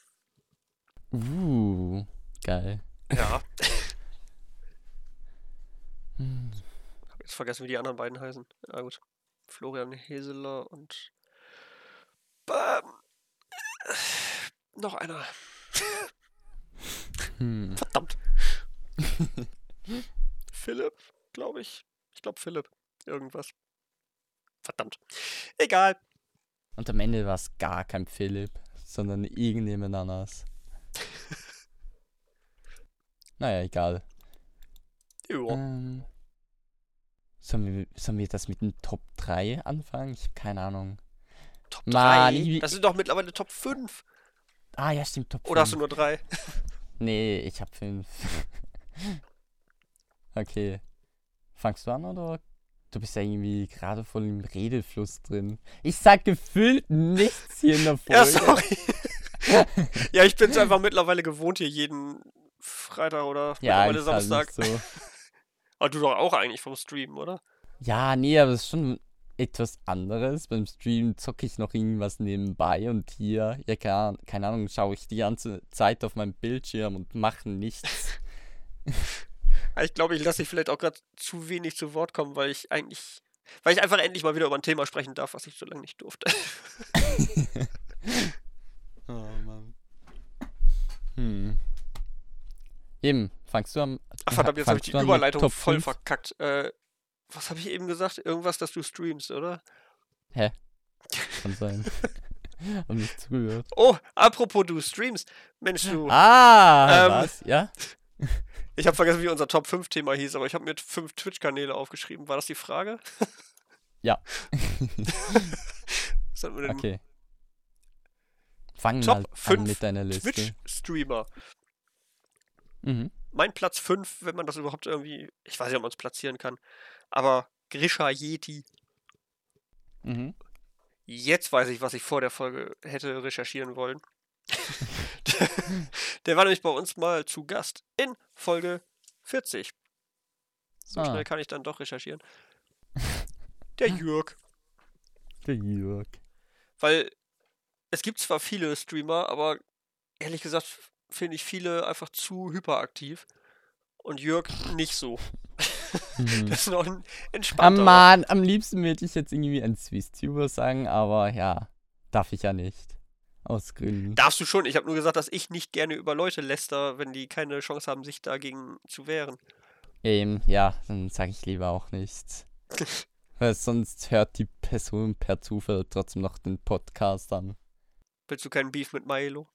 Geil. Ja, Hm. hab jetzt vergessen, wie die anderen beiden heißen. Ja gut, Florian Heseler und ähm, noch einer. Verdammt. Philipp, glaube ich. Ich glaube Philipp. Irgendwas. Verdammt. Egal. Und am Ende war es gar kein Philipp, sondern irgendjemand anders. Naja, egal. Jo. Sollen wir das mit den Top 3 anfangen? Ich habe keine Ahnung. Top Mann, 3? Das sind doch mittlerweile Top 5. Ah ja, stimmt, Top 5. Oder hast du nur 3? Nee, ich habe 5. Okay. Fangst du an oder? Du bist ja irgendwie gerade voll im Redefluss drin. Ich sag gefühlt nichts hier in der Folge. Ja, sorry. Ja, ich bin es einfach mittlerweile gewohnt, hier jeden Freitag oder Ja, mittlerweile ist halt Samstag. nicht so. Aber du doch auch eigentlich vom Streamen, oder? Ja, nee, aber es ist schon etwas anderes. Beim Stream zocke ich noch irgendwas nebenbei und hier, ja, keine Ahnung, schaue ich die ganze Zeit auf meinem Bildschirm und mache nichts. Ich glaube, ich lasse dich vielleicht auch gerade zu wenig zu Wort kommen, weil ich einfach endlich mal wieder über ein Thema sprechen darf, was ich so lange nicht durfte. Oh Mann. Eben, fangst du am. Ach verdammt, jetzt habe ich die fangst du an mit Überleitung Top voll 5? verkackt. Was habe ich eben gesagt? Irgendwas, dass du streamst, oder? Hä? Kann sein. Hab nicht zugehört. Oh, apropos du streamst. Mensch, du. Was? Ja? Ich habe vergessen, wie unser Top 5 Thema hieß, aber ich habe mir 5 Twitch-Kanäle aufgeschrieben. War das die Frage? Ja. Was hatten wir denn? Okay. Fang Top mal an 5 mit deiner Liste. Twitch-Streamer. Mhm. Mein Platz 5, wenn man das überhaupt irgendwie. Ich weiß nicht, ob man es platzieren kann. Aber Grisha Yeti. Mhm. Jetzt weiß ich, was ich vor der Folge hätte recherchieren wollen. Der war nämlich bei uns mal zu Gast in Folge 40. So schnell kann ich dann doch recherchieren. Der Jürg. Der Jörg. Weil es gibt zwar viele Streamer, aber ehrlich gesagt finde ich viele einfach zu hyperaktiv. Und Jürg nicht so. Das ist noch ein entspannter. Mann, am liebsten würde ich jetzt irgendwie ein Swiss-Tuber sagen, aber ja, darf ich ja nicht. Aus Gründen. Darfst du schon. Ich habe nur gesagt, dass ich nicht gerne über Leute läster, wenn die keine Chance haben, sich dagegen zu wehren. Ja, dann sage ich lieber auch nichts. Weil sonst hört die Person per Zufall trotzdem noch den Podcast an. Willst du keinen Beef mit Milo?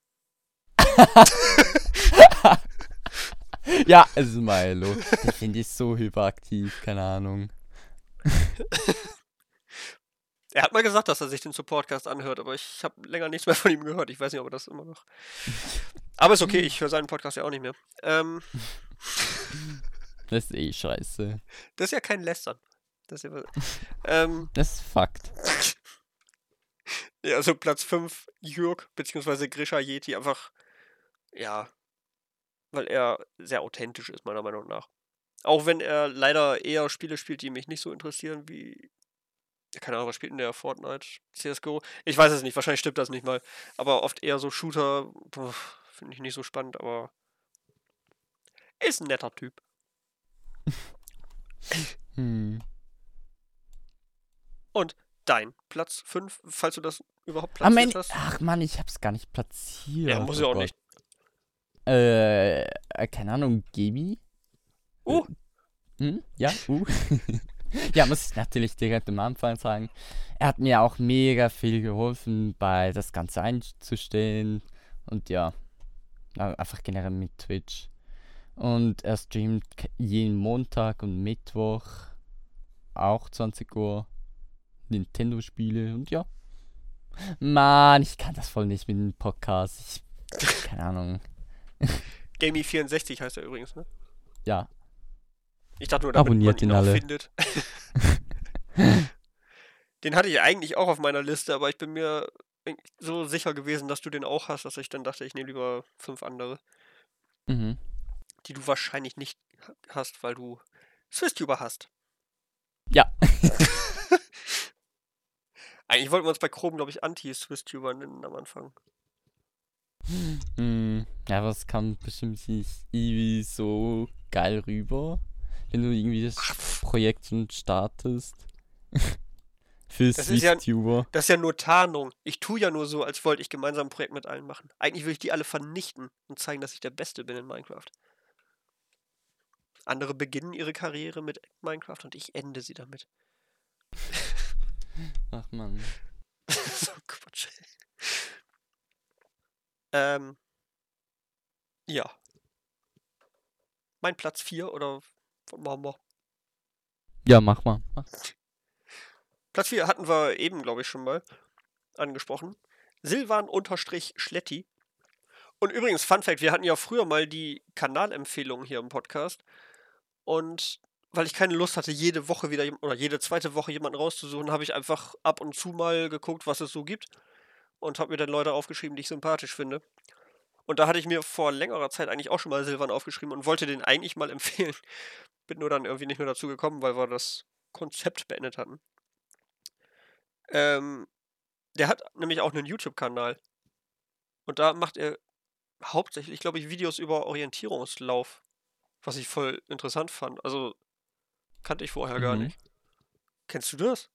Ja, es ist Milo. Den finde ich so hyperaktiv, keine Ahnung. Er hat mal gesagt, dass er sich den Podcast anhört, aber ich habe länger nichts mehr von ihm gehört. Ich weiß nicht, ob er das immer noch. Aber ist okay, ich höre seinen Podcast ja auch nicht mehr. Das ist eh scheiße. Das ist ja kein Lästern. Das ist ja, Das ist Fakt. ja, also Platz 5, Jürg, beziehungsweise Grisha Yeti, einfach, ja, weil er sehr authentisch ist, meiner Meinung nach. Auch wenn er leider eher Spiele spielt, die mich nicht so interessieren, wie, keine Ahnung, was spielt denn der? Fortnite, CSGO? Ich weiß es nicht, wahrscheinlich stimmt das nicht mal. Aber oft eher so Shooter, finde ich nicht so spannend, aber ist ein netter Typ. Und dein Platz 5, falls du das überhaupt platziert hast? Ach Mann, ich hab's gar nicht platziert. Ja, muss ja auch nicht. Keine Ahnung, Gaby? Ja, Ja, muss ich natürlich direkt am Anfang sagen. Er hat mir auch mega viel geholfen, bei das Ganze einzustellen. Und ja, einfach generell mit Twitch. Und er streamt jeden Montag und Mittwoch. auch 20 Uhr Nintendo-Spiele und ja. Mann, ich kann das voll nicht mit dem Podcast. Keine Ahnung. Gamey64 heißt er übrigens, ne? Ja, Ich dachte nur, damit man abonniert ihn ihn auch alle. findet. Den hatte ich eigentlich auch auf meiner Liste, aber ich bin mir so sicher gewesen, dass du den auch hast, dass ich dann dachte, ich nehme lieber 5 andere, Mhm. die du wahrscheinlich nicht hast, weil du SwissTuber hast. Ja. Eigentlich wollten wir uns bei Chrome, glaube ich, Anti-SwissTuber nennen am Anfang. Ja, aber es kam bestimmt nicht irgendwie so geil rüber, wenn du irgendwie das Projekt schon startest. Für Das ist ja, SwissTuber. das ist ja nur Tarnung. Ich tue ja nur so, als wollte ich gemeinsam ein Projekt mit allen machen. Eigentlich will ich die alle vernichten und zeigen, dass ich der Beste bin in Minecraft. Andere beginnen ihre Karriere mit Minecraft und ich ende sie damit. Ach man. So Quatsch. Ja. Mein Platz 4 oder was machen wir? Ja, mach mal. Platz 4 hatten wir eben, glaube ich, schon mal angesprochen. Silvan-Schletti. Und übrigens, Fun Fact, wir hatten ja früher mal die Kanalempfehlungen hier im Podcast. Und weil ich keine Lust hatte, jede Woche wieder oder jede zweite Woche jemanden rauszusuchen, habe ich einfach ab und zu mal geguckt, was es so gibt. Und habe mir dann Leute aufgeschrieben, die ich sympathisch finde. Und da hatte ich mir vor längerer Zeit eigentlich auch schon mal Silvan aufgeschrieben und wollte den eigentlich mal empfehlen. Bin nur dann irgendwie nicht mehr dazu gekommen, weil wir das Konzept beendet hatten. Der hat nämlich auch einen YouTube-Kanal. Und da macht er hauptsächlich, glaube ich, Videos über Orientierungslauf. Was ich voll interessant fand. Also, kannte ich vorher gar nicht. Kennst du das?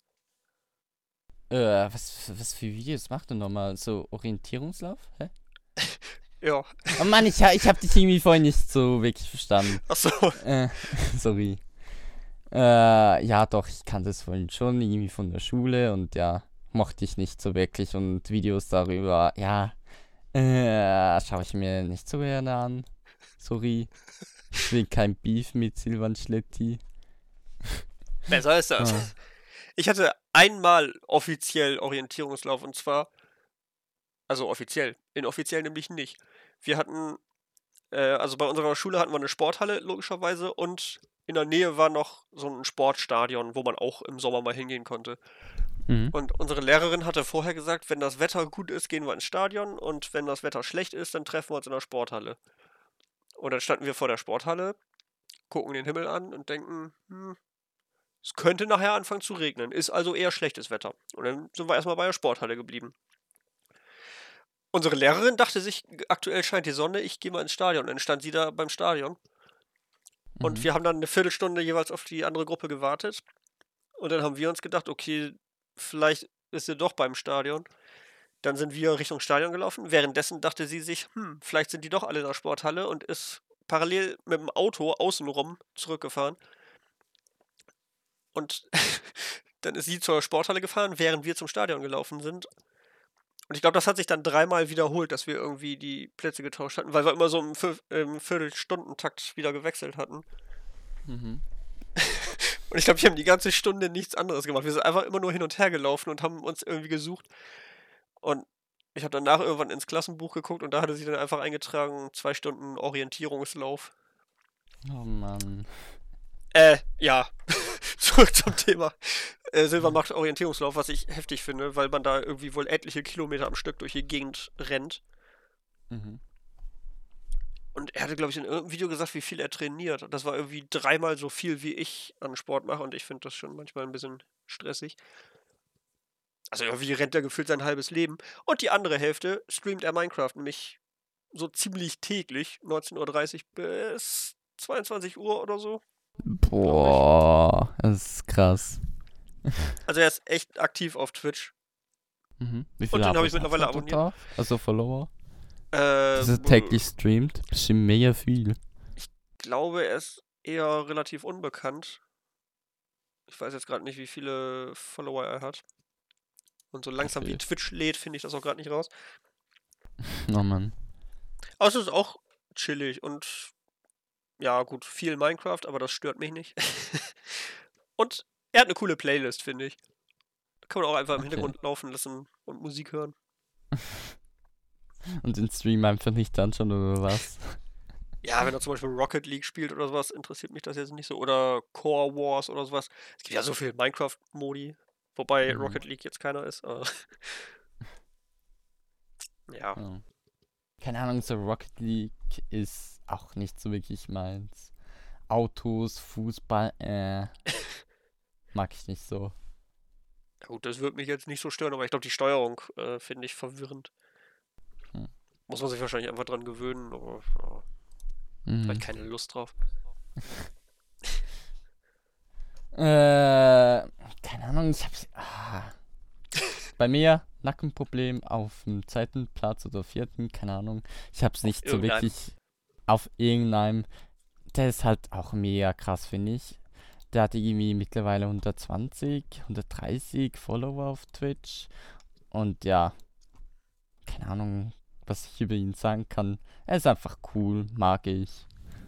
Was für Videos macht du nochmal? So Orientierungslauf? Hä? Ja. Oh Mann, ich hab dich irgendwie vorhin nicht so wirklich verstanden. Achso. Sorry. Ja doch, ich kannte es vorhin schon, irgendwie von der Schule und ja, mochte ich nicht so wirklich und Videos darüber, ja, schaue ich mir nicht so gerne an. Sorry. Ich will kein Beef mit Silvan Schletti. Besser ist das. Ich hatte einmal offiziell Orientierungslauf und zwar, also offiziell, inoffiziell nämlich nicht. Wir hatten, also bei unserer Schule hatten wir eine Sporthalle logischerweise und in der Nähe war noch so ein Sportstadion, wo man auch im Sommer mal hingehen konnte. Und unsere Lehrerin hatte vorher gesagt, wenn das Wetter gut ist, gehen wir ins Stadion und wenn das Wetter schlecht ist, dann treffen wir uns in der Sporthalle. Und dann standen wir vor der Sporthalle, gucken den Himmel an und denken, es könnte nachher anfangen zu regnen, ist also eher schlechtes Wetter. Und dann sind wir erstmal bei der Sporthalle geblieben. Unsere Lehrerin dachte sich, aktuell scheint die Sonne, ich gehe mal ins Stadion. Dann stand sie da beim Stadion. Und wir haben dann eine Viertelstunde jeweils auf die andere Gruppe gewartet. Und dann haben wir uns gedacht, okay, vielleicht ist sie doch beim Stadion. Dann sind wir Richtung Stadion gelaufen. Währenddessen dachte sie sich, vielleicht sind die doch alle in der Sporthalle und ist parallel mit dem Auto außenrum zurückgefahren. Und dann ist sie zur Sporthalle gefahren, während wir zum Stadion gelaufen sind. Und ich glaube, das hat sich dann dreimal wiederholt, dass wir irgendwie die Plätze getauscht hatten, weil wir immer so im Viertelstundentakt wieder gewechselt hatten. Und ich glaube, wir haben die ganze Stunde nichts anderes gemacht. Wir sind einfach immer nur hin und her gelaufen und haben uns irgendwie gesucht. Und ich habe danach irgendwann ins Klassenbuch geguckt und da hatte sie dann einfach eingetragen, 2 Stunden Orientierungslauf. Oh Mann. Ja. Zurück zum Thema. Silvan macht Orientierungslauf, was ich heftig finde, weil man da irgendwie wohl etliche Kilometer am Stück durch die Gegend rennt. Und er hatte, glaube ich, in irgendeinem Video gesagt, wie viel er trainiert. Das war irgendwie 3-mal so viel, wie ich an Sport mache. Und ich finde das schon manchmal ein bisschen stressig. Also irgendwie rennt er gefühlt sein halbes Leben. Und die andere Hälfte streamt er Minecraft, nämlich so ziemlich täglich, 19:30 Uhr bis 22 Uhr oder so. Boah, das ist krass. Also er ist echt aktiv auf Twitch. Wie Und viele den habe Abos ich mittlerweile hat er abonniert. drauf? Also Follower? Dass er täglich streamt? Bestimmt mega viel. Ich glaube, er ist eher relativ unbekannt. Ich weiß jetzt gerade nicht, wie viele Follower er hat. Und so langsam wie Twitch lädt, finde ich das auch gerade nicht raus. Oh Mann. Aber es ist auch chillig und ja, gut, viel Minecraft, aber das stört mich nicht. Und Er hat eine coole Playlist, finde ich. Da kann man auch einfach im Okay. Hintergrund laufen lassen und Musik hören. Und den Stream einfach nicht anschauen oder was? Ja, wenn er zum Beispiel Rocket League spielt oder sowas, interessiert mich das jetzt nicht so. Oder Core Wars oder sowas. Es gibt ja so viel Minecraft-Modi. Wobei Mhm. Rocket League jetzt keiner ist. Aber ja. Ja. Keine Ahnung, so Rocket League ist auch nicht so wirklich meins. Autos, Fußball, mag ich nicht so. Ja gut, das wird mich jetzt nicht so stören, aber ich glaube, die Steuerung finde ich verwirrend. Hm. Muss man sich wahrscheinlich einfach dran gewöhnen, aber ja, Mhm. vielleicht keine Lust drauf. Keine Ahnung, bei mir Nackenproblem auf dem zweiten Platz oder vierten, keine Ahnung. Ich hab's nicht so irgendeinem. wirklich auf irgendeinem. Der ist halt auch mega krass, finde ich. Der hat irgendwie mittlerweile 120, 130 Follower auf Twitch. Und ja, keine Ahnung, was ich über ihn sagen kann. Er ist einfach cool, mag ich.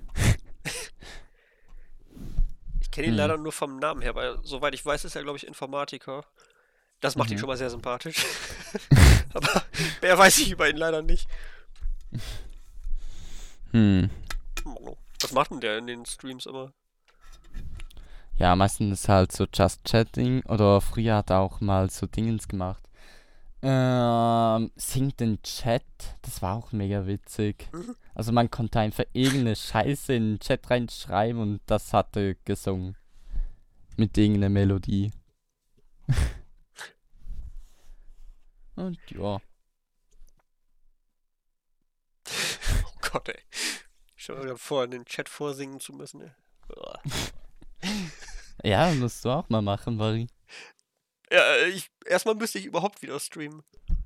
Ich kenne ihn Hm. leider nur vom Namen her, weil soweit ich weiß, ist er, glaube ich, Informatiker. Das macht ihn Mhm. schon mal sehr sympathisch. Aber mehr weiß ich über ihn leider nicht. Hm. Mano. Was macht denn der in den Streams immer? Ja, meistens halt so Just Chatting oder früher hat er auch mal so Dingens gemacht. Singt den Chat, das war auch mega witzig. Mhm. Also man konnte einfach irgendeine Scheiße in den Chat reinschreiben und das hat er gesungen. Mit irgendeiner Melodie. Und ja. Oh Gott, ey. Stell mir wieder vor, in den Chat vorsingen zu müssen, ey. Uah. Ja, musst du auch mal machen, Vari. Ja, erstmal müsste ich überhaupt wieder streamen.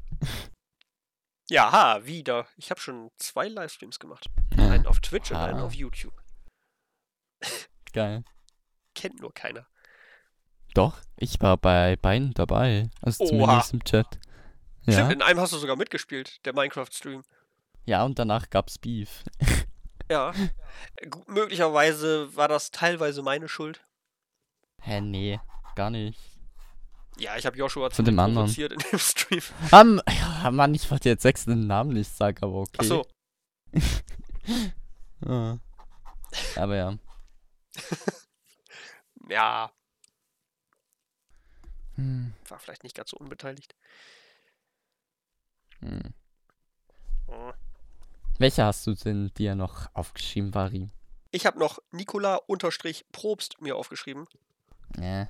Ja, ha, wieder. Ich habe schon 2 Livestreams gemacht. Einen auf Twitch und einen Ha. auf YouTube. Geil. Kennt nur keiner. Doch, ich war bei beiden dabei. Also Oha. zumindest im Chat. Stimmt, Ja. in einem hast du sogar mitgespielt, der Minecraft-Stream. Ja, und danach gab's Beef. Ja. Möglicherweise war das teilweise meine Schuld. Hä, nee, gar nicht. Ja, ich habe Joshua Von dem ziemlich anderen. provoziert in dem Stream. Ja, Mann, ich wollte jetzt extra den Namen nicht sagen, aber okay. Ach so. Ja. Aber ja. Ja, Hm. war vielleicht nicht ganz so unbeteiligt. Hm. Hm. Welche hast du denn dir noch aufgeschrieben, Vari? Ich habe noch Nikola-Probst mir aufgeschrieben. Ja.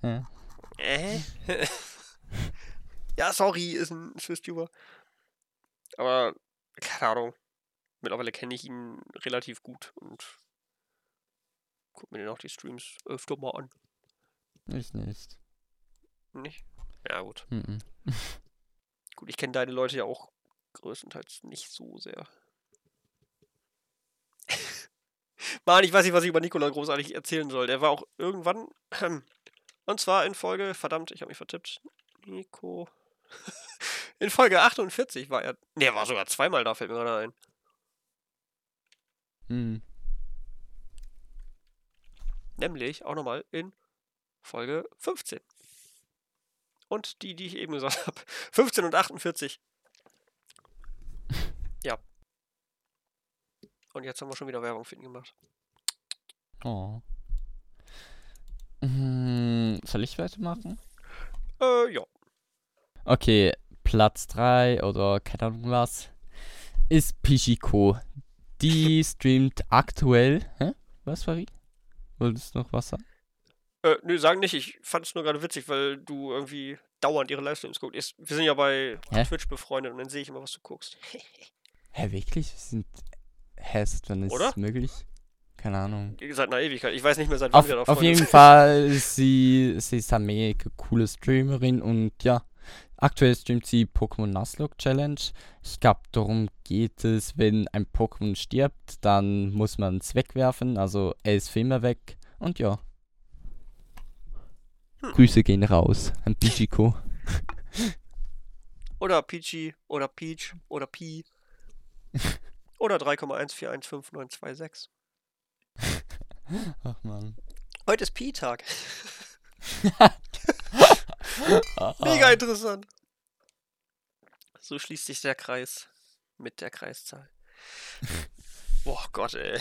Ja, sorry, ist ein Swiss-Tuber. Aber, keine Ahnung. Mittlerweile kenne ich ihn relativ gut und guck mir den auch die Streams öfter mal an. Ich nicht. Nicht? Ja, gut. Mhm. Gut, ich kenne deine Leute ja auch größtenteils nicht so sehr. Mann, ich weiß nicht, was ich über Nikola großartig erzählen soll. Der war auch irgendwann, und zwar in Folge, verdammt, ich habe mich vertippt. Nico. In Folge 48 war er. Ne, er war sogar zweimal da, fällt mir gerade ein. Hm. Nämlich auch nochmal in Folge 15. Und die ich eben gesagt habe. 15 und 48. Ja. Und jetzt haben wir schon wieder Werbung für ihn gemacht. Oh. Soll ich weitermachen? Ja. Okay, Platz 3 oder keine Ahnung was ist Pichiko. Die streamt aktuell. Hä? Was, Vari? Wolltest du noch was sagen? Nö, sagen nicht. Ich fand es nur gerade witzig, weil du irgendwie dauernd ihre Livestreams guckst. Wir sind ja bei Hä? Twitch befreundet und dann sehe ich immer, was du guckst. Hä, wirklich? Dann ist Oder? es möglich? Keine Ahnung. Seit einer Ewigkeit. Ich weiß nicht mehr, seit wann wir da Auf Freunde jeden sind. Fall, sie ist eine mega coole Streamerin und ja, aktuell streamt sie Pokémon Nuzlocke Challenge. Ich glaube, darum geht es, wenn ein Pokémon stirbt, dann muss man es wegwerfen, also er ist für immer weg und ja. Grüße gehen raus an Pichiko. Oder Peachy, oder Peach, oder Pi. Oder 3,14159226. Ach man. Heute ist Pi-Tag. Mega interessant. So schließt sich der Kreis mit der Kreiszahl. Boah Gott, ey.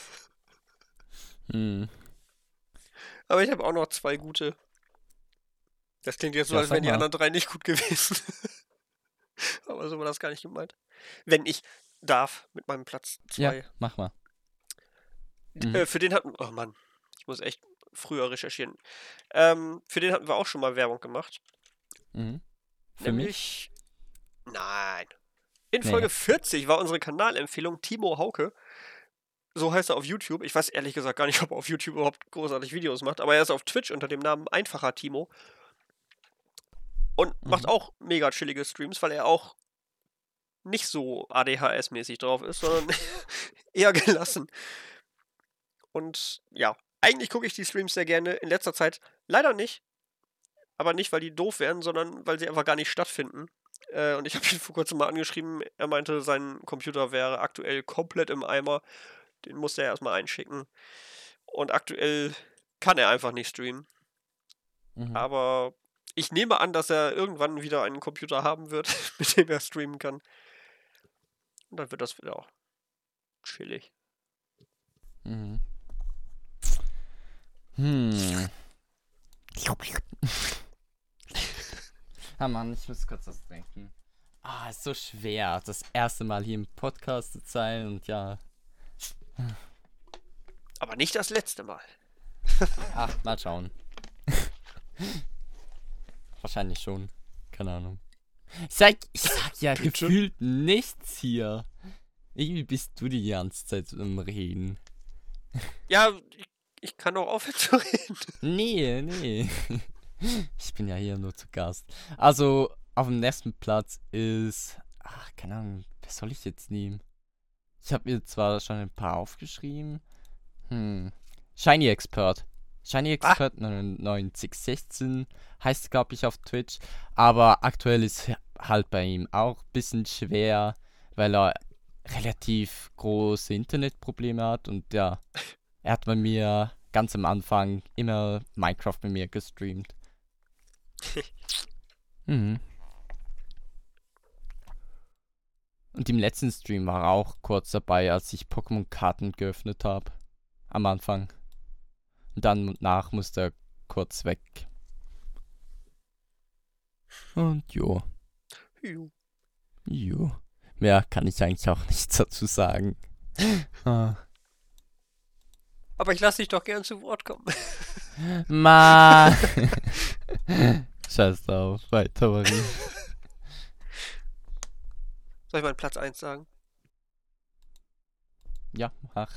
Aber ich habe auch noch 2 gute. Das klingt jetzt so, Ja, als sag wären die mal. anderen 3 nicht gut gewesen. Aber so war das gar nicht gemeint. Wenn ich darf, mit meinem Platz 2. Ja, mach mal. Für den hatten... Oh Mann, ich muss echt früher recherchieren. Für den hatten wir auch schon mal Werbung gemacht. Für mich? Nämlich... Nein. In Nee. Folge 40 war unsere Kanalempfehlung Timo Hauke. So heißt er auf YouTube. Ich weiß ehrlich gesagt gar nicht, ob er auf YouTube überhaupt großartig Videos macht, aber er ist auf Twitch unter dem Namen Einfacher Timo. Und macht auch mega chillige Streams, weil er auch nicht so ADHS-mäßig drauf ist, sondern eher gelassen. Und ja, eigentlich gucke ich die Streams sehr gerne. In letzter Zeit leider nicht. Aber nicht, weil die doof wären, sondern weil sie einfach gar nicht stattfinden. Und ich habe ihn vor kurzem mal angeschrieben. Er meinte, sein Computer wäre aktuell komplett im Eimer. Den musste er erstmal einschicken. Und aktuell kann er einfach nicht streamen. Aber ich nehme an, dass er irgendwann wieder einen Computer haben wird, mit dem er streamen kann. Und dann wird das wieder auch chillig. Ah Mann, ich muss kurz was trinken. Ist so schwer, das erste Mal hier im Podcast zu sein und ja. Aber nicht das letzte Mal. Mal schauen. Wahrscheinlich schon. Keine Ahnung. Ich sag ja gefühlt nichts hier. Irgendwie bist du die ganze Zeit am Reden. Ja, ich kann auch aufhören zu reden. Nee. Ich bin ja hier nur zu Gast. Also, auf dem nächsten Platz ist... keine Ahnung, was soll ich jetzt nehmen? Ich habe mir zwar schon ein paar aufgeschrieben. Shiny Expert. Shiny Expert 9916 heißt, glaube ich, auf Twitch. Aber aktuell ist halt bei ihm auch ein bisschen schwer, weil er relativ große Internetprobleme hat. Und ja, er hat bei mir ganz am Anfang immer Minecraft mit mir gestreamt. Und im letzten Stream war er auch kurz dabei, als ich Pokémon-Karten geöffnet habe. Am Anfang. Und dann nach musste er kurz weg. Und jo. Mehr kann ich eigentlich auch nichts dazu sagen. Aber ich lasse dich doch gern zu Wort kommen. Mann. Scheiß drauf. Weiter, Marie. Soll ich meinen Platz 1 sagen? Ja, mach.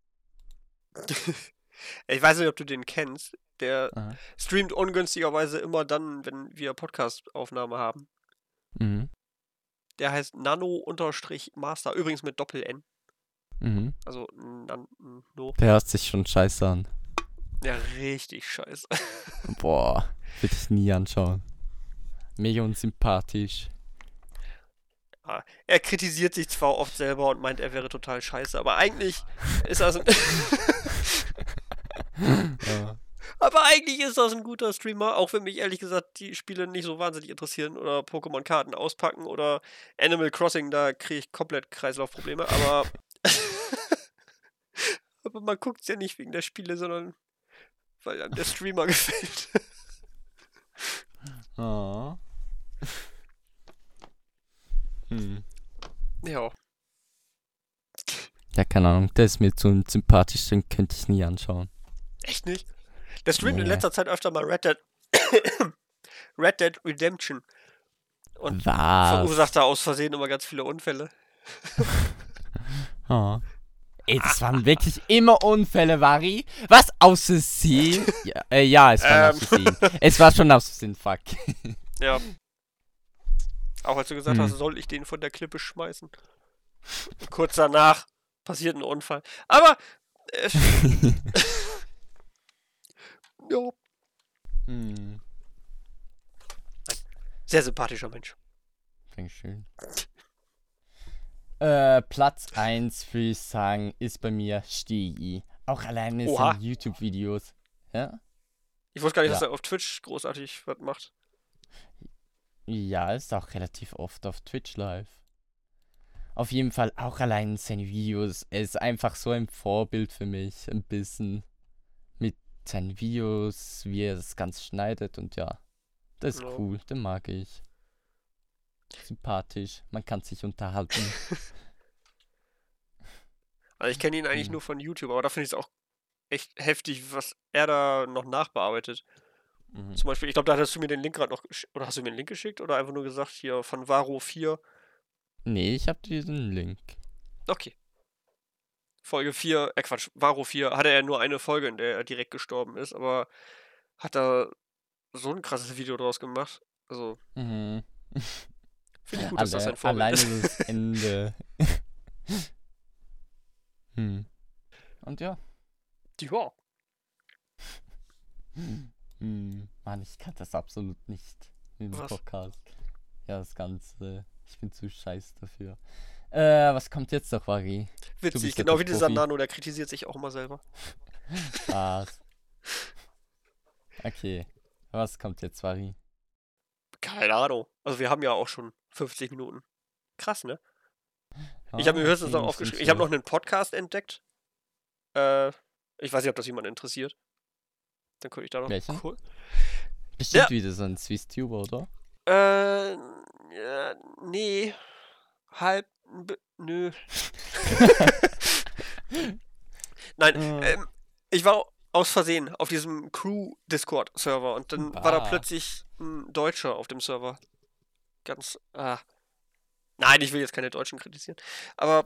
Ich weiß nicht, ob du den kennst. Der streamt ungünstigerweise immer dann, wenn wir Podcast-Aufnahme haben. Der heißt Nano-Master. Übrigens mit Doppel-N. Also Nano. Der hört sich schon scheiße an. Ja, richtig scheiße. Boah, würde ich nie anschauen. Mega unsympathisch. Er kritisiert sich zwar oft selber und meint, er wäre total scheiße, aber eigentlich ist das Aber eigentlich ist das ein guter Streamer, auch wenn mich ehrlich gesagt die Spiele nicht so wahnsinnig interessieren oder Pokémon-Karten auspacken oder Animal Crossing, da kriege ich komplett Kreislaufprobleme, aber aber man guckt es ja nicht wegen der Spiele, sondern weil einem der Streamer gefällt. Ja. Ja, keine Ahnung, der ist mir zu sympathisch, den könnte ich nie anschauen. Echt nicht? Der streamt in letzter Zeit öfter mal Red Dead Redemption. Und verursacht da aus Versehen immer ganz viele Unfälle. Ey, das waren wirklich immer Unfälle, Vari. Was? Aus Versehen? Ja, es war aus Versehen. Es war schon aus Versehen, fuck. Ja. Auch als du gesagt hast, soll ich den von der Klippe schmeißen. Kurz danach passiert ein Unfall. Aber ja. Sehr sympathischer Mensch. Dankeschön. Platz 1, würde ich sagen, ist bei mir Stegi. Auch alleine seine YouTube-Videos. Ja? Ich wusste gar nicht, dass Ja. er auf Twitch großartig was macht. Ja, ist auch relativ oft auf Twitch live. Auf jeden Fall auch allein seine Videos. Er ist einfach so ein Vorbild für mich. Ein bisschen mit seinen Videos, wie er das Ganze schneidet und ja. Das ist Ja. cool, den mag ich. Sympathisch, man kann sich unterhalten. Also ich kenne ihn eigentlich Hm. nur von YouTube, aber da finde ich es auch echt heftig, was er da noch nachbearbeitet. Mhm. Zum Beispiel, ich glaube, da hattest du mir den Link gerade noch oder hast du mir den Link geschickt oder einfach nur gesagt, hier von Varo 4. Nee, ich habe diesen Link. Okay. Folge 4, Quatsch, Varo 4 hatte er nur eine Folge, in der er direkt gestorben ist, aber hat da so ein krasses Video draus gemacht. Also, Mhm. finde ich gut, dass das ein Vorbild Alleine ist. das Ende. Hm. Und ja. Ja. Mann, ich kann das absolut nicht mit dem Was? Podcast. Ja, das Ganze. Ich bin zu scheiß dafür. Was kommt jetzt noch, Vari? Du Witzig, bist ja genau der wie dieser Profi. Nano, der kritisiert sich auch immer selber. Spaß. Okay. Was kommt jetzt, Vari? Keine Ahnung. Also wir haben ja auch schon 50 Minuten. Krass, ne? Ich habe mir höchstens Okay, noch nicht aufgeschrieben. Ich habe noch schlecht. einen Podcast entdeckt. Äh, ich weiß nicht, ob das jemand interessiert. Dann könnte ich da noch Welchen? cool. Bestimmt Ja, wieder so ein Swiss-Tuber, oder? nee. Nö. Nein, Äh, ich war aus Versehen auf diesem Crew-Discord-Server und dann war da bah. plötzlich ein Deutscher auf dem Server. Ganz, nein, ich will jetzt keine Deutschen kritisieren. Aber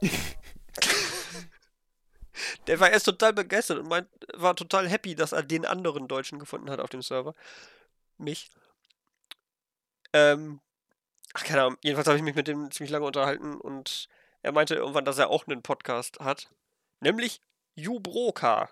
der war erst total begeistert und war total happy, dass er den anderen Deutschen gefunden hat auf dem Server. Mich. Keine Ahnung. Jedenfalls habe ich mich mit dem ziemlich lange unterhalten und er meinte irgendwann, dass er auch einen Podcast hat. Nämlich Jubroka.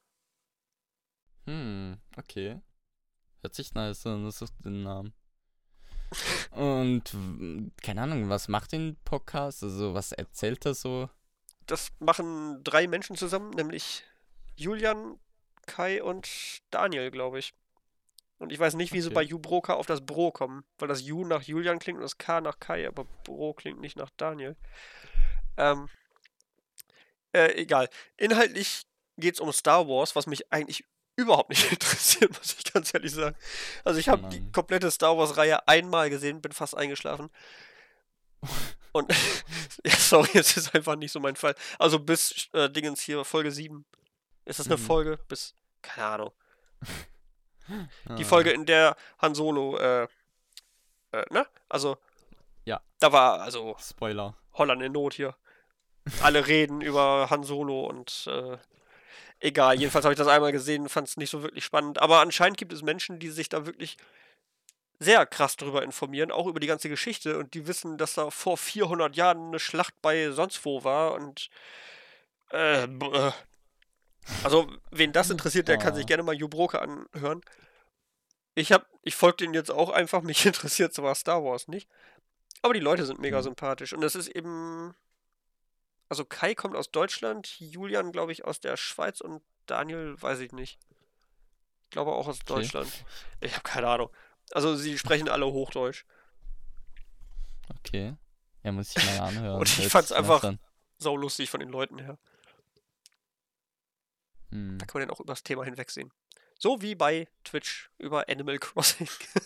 Okay. Hört sich nice an, das ist den Namen. Und keine Ahnung, was macht den Podcast? Also, was erzählt er so? Das machen 3 Menschen zusammen, nämlich Julian, Kai und Daniel, glaube ich. Und ich weiß nicht, wie sie bei Okay. Jubroka auf das Bro kommen, weil das Ju nach Julian klingt und das K nach Kai, aber Bro klingt nicht nach Daniel. Ähm, egal. Inhaltlich geht es um Star Wars, was mich eigentlich überhaupt nicht interessiert, muss ich ganz ehrlich sagen. Also ich Oh habe die Mann. komplette Star Wars-Reihe einmal gesehen, bin fast eingeschlafen. Und ja, sorry, es ist einfach nicht so mein Fall. Also bis Dingens hier, Folge 7. Ist das eine Mhm. Folge? Bis, keine Ahnung. Die Ah, Folge, in der Han Solo, ne? Also, ja, da war also Spoiler. Holland in Not hier. Alle reden über Han Solo und egal. Jedenfalls habe ich das einmal gesehen, fand es nicht so wirklich spannend. Aber anscheinend gibt es Menschen, die sich da wirklich sehr krass drüber informieren, auch über die ganze Geschichte und die wissen, dass da vor 400 Jahren eine Schlacht bei sonst wo war und äh, b- äh. also wen das interessiert, der kann sich Ah, gerne mal Jubroke anhören. Ich folge denen jetzt auch einfach, mich interessiert zwar Star Wars nicht, aber die Leute sind mega hm, sympathisch und es ist eben, also Kai kommt aus Deutschland, Julian glaube ich aus der Schweiz und Daniel weiß ich nicht. Ich glaube auch aus okay, Deutschland. Ich habe keine Ahnung. Also sie sprechen alle Hochdeutsch okay. Ja, muss ich mal anhören. und ich Hört fand's sich nice einfach an. saulustig von den Leuten her. Da Hm. kann man dann auch übers Thema hinwegsehen. So wie bei Twitch über Animal Crossing.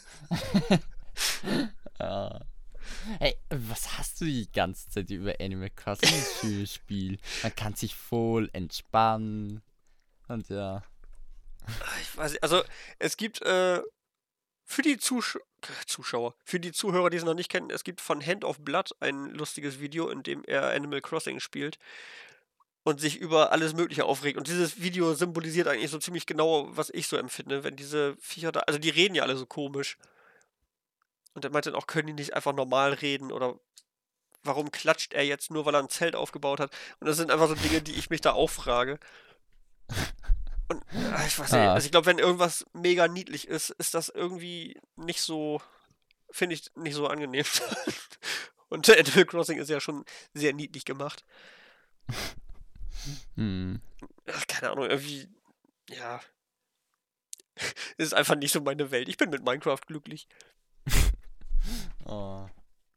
Ah. Hey, was hast du die ganze Zeit über Animal Crossing? Das ist ein schönes Spiel. Man kann sich voll entspannen. Und ja. Ich weiß nicht, also es gibt für die Zuschauer, für die Zuhörer, die es noch nicht kennen, es gibt von Hand of Blood ein lustiges Video, in dem er Animal Crossing spielt und sich über alles Mögliche aufregt. Und dieses Video symbolisiert eigentlich so ziemlich genau, was ich so empfinde, wenn diese Viecher da, also die reden ja alle so komisch. Und er meint dann auch, können die nicht einfach normal reden oder warum klatscht er jetzt nur, weil er ein Zelt aufgebaut hat? Und das sind einfach so Dinge, die ich mich da auch frage. Und ich weiß nicht, Ah, also ich glaube, wenn irgendwas mega niedlich ist, ist das irgendwie nicht so, finde ich nicht so angenehm. Und Animal Crossing ist ja schon sehr niedlich gemacht. hm. Ach, keine Ahnung, irgendwie, ja. ist einfach nicht so meine Welt. Ich bin mit Minecraft glücklich. Oh.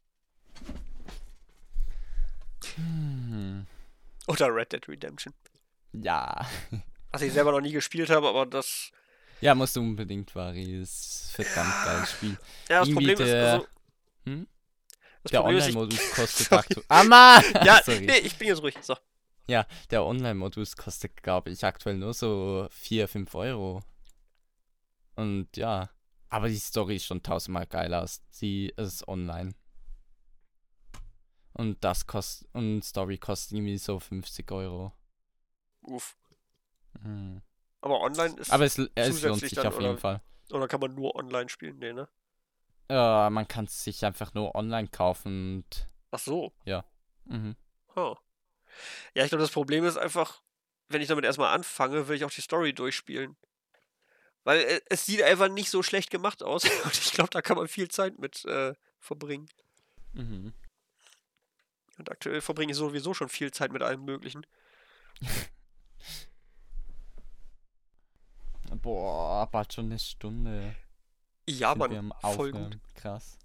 Hm. Oder Red Dead Redemption. Ja. Was ich selber noch nie gespielt habe, aber das... Ja, musst du unbedingt, Vari. Ist verdammt geiles Spiel. Ja, das Irgendwie Problem ist, also... Hm? Das Der Problem ist, Online-Modus kostet Sorry. aktuell. Ah, Mann! Ja, Sorry. nee, ich bin jetzt ruhig. So. Ja, der Online-Modus kostet, glaube ich, aktuell nur so 4, 5 Euro. Und ja. Aber die Story ist schon tausendmal geiler als sie ist online. Und Story kostet irgendwie so 50 Euro. Uff. Hm. Aber online ist Aber es lohnt zusätzlich sich dann, auf jeden Fall. oder kann man nur online spielen? Nee, ne? Man kann es sich einfach nur online kaufen und Ach so. ja. Mhm. Huh. Ja, ich glaube, das Problem ist einfach, wenn ich damit erstmal anfange, will ich auch die Story durchspielen. Weil es sieht einfach nicht so schlecht gemacht aus. Und ich glaube, da kann man viel Zeit mit verbringen. Mhm. Und aktuell verbringe ich sowieso schon viel Zeit mit allem Möglichen. Boah, bald schon eine Stunde. Ja, Sind wir Mann, am voll gut. Aufwärmen. Krass.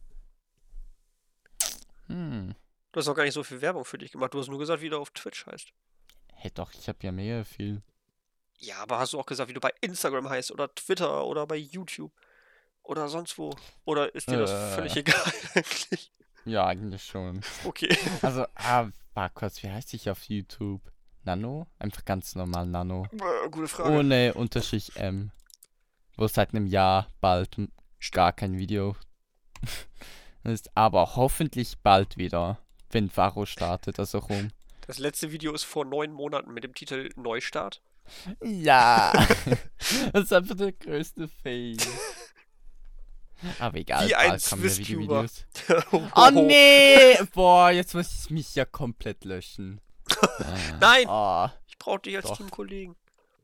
Hm. Du hast auch gar nicht so viel Werbung für dich gemacht. Du hast nur gesagt, wie du auf Twitch heißt. Hey, doch, ich habe ja mega viel. Ja, aber hast du auch gesagt, wie du bei Instagram heißt oder Twitter oder bei YouTube oder sonst wo? Oder ist dir das völlig egal eigentlich? Ja, eigentlich schon. Okay. Also, war kurz, wie heißt ich auf YouTube? Nano? Einfach ganz normal Nano. Gute Frage. Ohne Unterstrich M. Wo seit einem Jahr bald gar kein Video ist. Aber hoffentlich bald wieder, wenn Varo startet, also rum. Das letzte Video ist vor 9 Monaten mit dem Titel Neustart. Ja. Das ist einfach der größte Fail. Aber egal, Wie ein bald kommen ja Swiss-Tuber. Videos. Oh nee! Boah, jetzt muss ich mich ja komplett löschen. Nein! Oh, Ich brauche dich als Doch. Teamkollegen.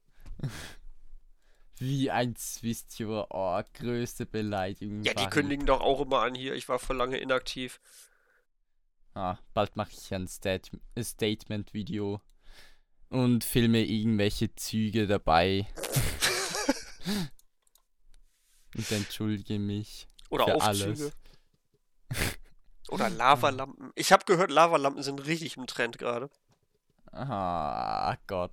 wie ein Swiss-Tuber. Oh, größte Beleidigung. Ja, die Vari. kündigen doch auch immer an hier. Ich war vor lange inaktiv. Bald mache ich ein Statement-Video und filme irgendwelche Züge dabei. Und entschuldige mich Oder für Aufzüge. alles. Oder Lavalampen. Ich habe gehört, Lavalampen sind richtig im Trend gerade. Ah, Gott.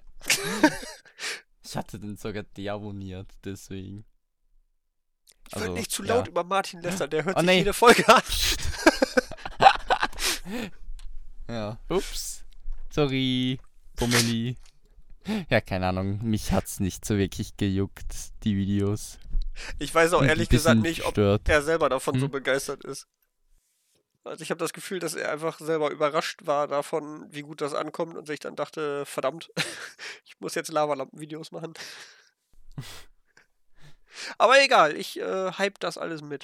Ich hatte den sogar deabonniert, deswegen. Ich will nicht zu ja. laut über Martin lästern, der hört Oh, sich nee. jede Folge an. Ja. Ups. Sorry. Bummeli. Ja, keine Ahnung. Mich hat's nicht so wirklich gejuckt, die Videos. Ich weiß auch Bin ehrlich ein bisschen gesagt nicht, ob gestört. er selber davon so Hm? begeistert ist. Also ich habe das Gefühl, dass er einfach selber überrascht war davon, wie gut das ankommt und sich dann dachte, verdammt, ich muss jetzt Lavalampen-Videos machen. Aber egal, ich hype das alles mit.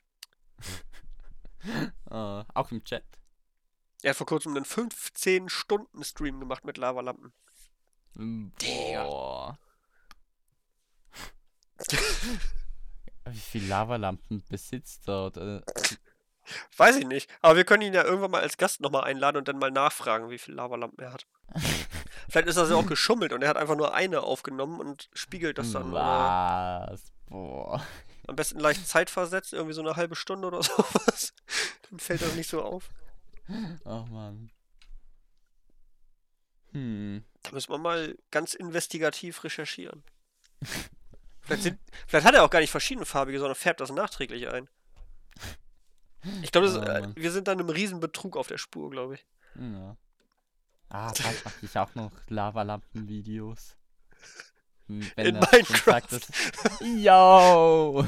Auch im Chat. Er hat vor kurzem einen 15-Stunden-Stream gemacht mit Lavalampen. Digga. Boah. Wie viel Lavalampen besitzt er? Oder? Weiß ich nicht, aber wir können ihn ja irgendwann mal als Gast nochmal einladen und dann mal nachfragen, wie viele Lavalampen er hat. Vielleicht ist das ja auch geschummelt und er hat einfach nur eine aufgenommen und spiegelt das dann. Oder Was? Boah. am besten leicht zeitversetzt, irgendwie so eine halbe Stunde oder sowas. Dann fällt das nicht so auf. Oh Mann. Hm. Da müssen wir mal ganz investigativ recherchieren. Vielleicht hat er auch gar nicht verschiedenfarbige, sondern färbt das nachträglich ein. Ich glaube, Mann. wir sind dann einem Riesenbetrug auf der Spur, glaube ich. Ja. Bald mache ich auch noch Lavalampen-Videos. Wenn In er schon Minecraft. sagt, Yo!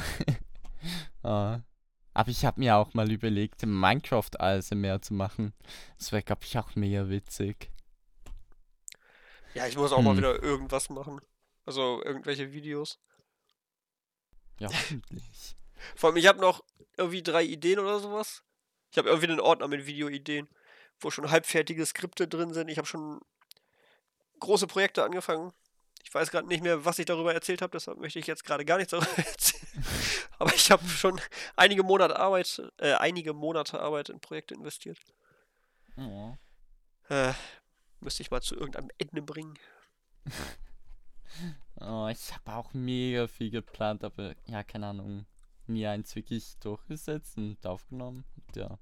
Aber ich habe mir auch mal überlegt, Minecraft ASMR zu machen. Das wäre, glaube ich, auch mega witzig. Ja, ich muss auch mal wieder irgendwas machen. Also irgendwelche Videos. Ja, hoffentlich. Vor allem, ich habe noch irgendwie 3 Ideen oder sowas. Ich habe irgendwie einen Ordner mit Videoideen, wo schon halbfertige Skripte drin sind. Ich habe schon große Projekte angefangen. Ich weiß gerade nicht mehr, was ich darüber erzählt habe, deshalb möchte ich jetzt gerade gar nichts darüber erzählen. Aber ich habe schon einige Monate Arbeit in Projekte investiert. Ja. Müsste ich mal zu irgendeinem Ende bringen. Oh, ich habe auch mega viel geplant, aber ja, keine Ahnung. Nie eins wirklich durchgesetzt und aufgenommen. Und ja.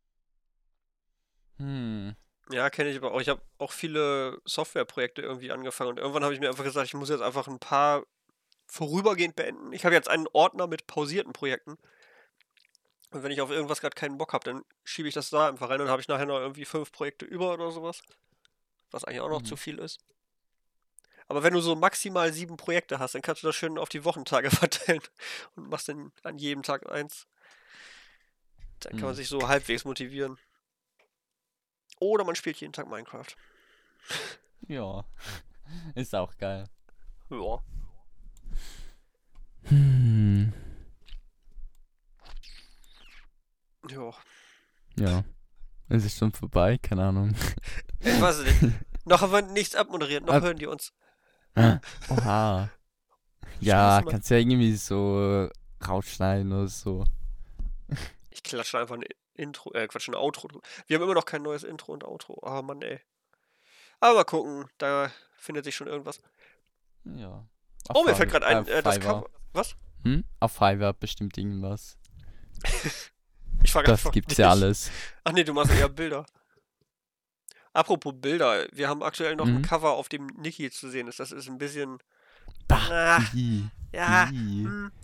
Hm. Ja, kenne ich aber auch. Ich habe auch viele Softwareprojekte irgendwie angefangen und irgendwann habe ich mir einfach gesagt, ich muss jetzt einfach ein paar vorübergehend beenden. Ich habe jetzt einen Ordner mit pausierten Projekten. Und wenn ich auf irgendwas gerade keinen Bock habe, dann schiebe ich das da einfach rein und habe ich nachher noch irgendwie 5 Projekte über oder sowas. Was eigentlich auch noch zu Mhm. viel ist. Aber wenn du so maximal 7 Projekte hast, dann kannst du das schön auf die Wochentage verteilen und machst dann an jedem Tag eins. Dann kann man Hm. sich so halbwegs motivieren. Oder man spielt jeden Tag Minecraft. Ja. Ist auch geil. Ja. Hm. Ja. Ja. Es ist schon vorbei, keine Ahnung. Ich weiß es nicht. Noch haben wir nichts abmoderiert, noch Ab- hören die uns. Oha. Ja, Scheiße, Mann. kannst ja irgendwie so rausschneiden oder so. Ich klatsche einfach ein Intro, Quatsch, ein Outro. Wir haben immer noch kein neues Intro und Outro. Ah, Mann, ey. Aber mal gucken, da findet sich schon irgendwas. Ja. Oh, mir fällt gerade ein, das Fiverr. Cover. Was? Auf Fiverr bestimmt irgendwas. Ich frage Das einfach gibt's dich. ja alles. Ach nee, du machst eher Bilder. Apropos Bilder, wir haben aktuell noch ein Mhm. Cover, auf dem Niki zu sehen ist. Das ist ein bisschen. Bah. Ah, I. ja. I. Hm.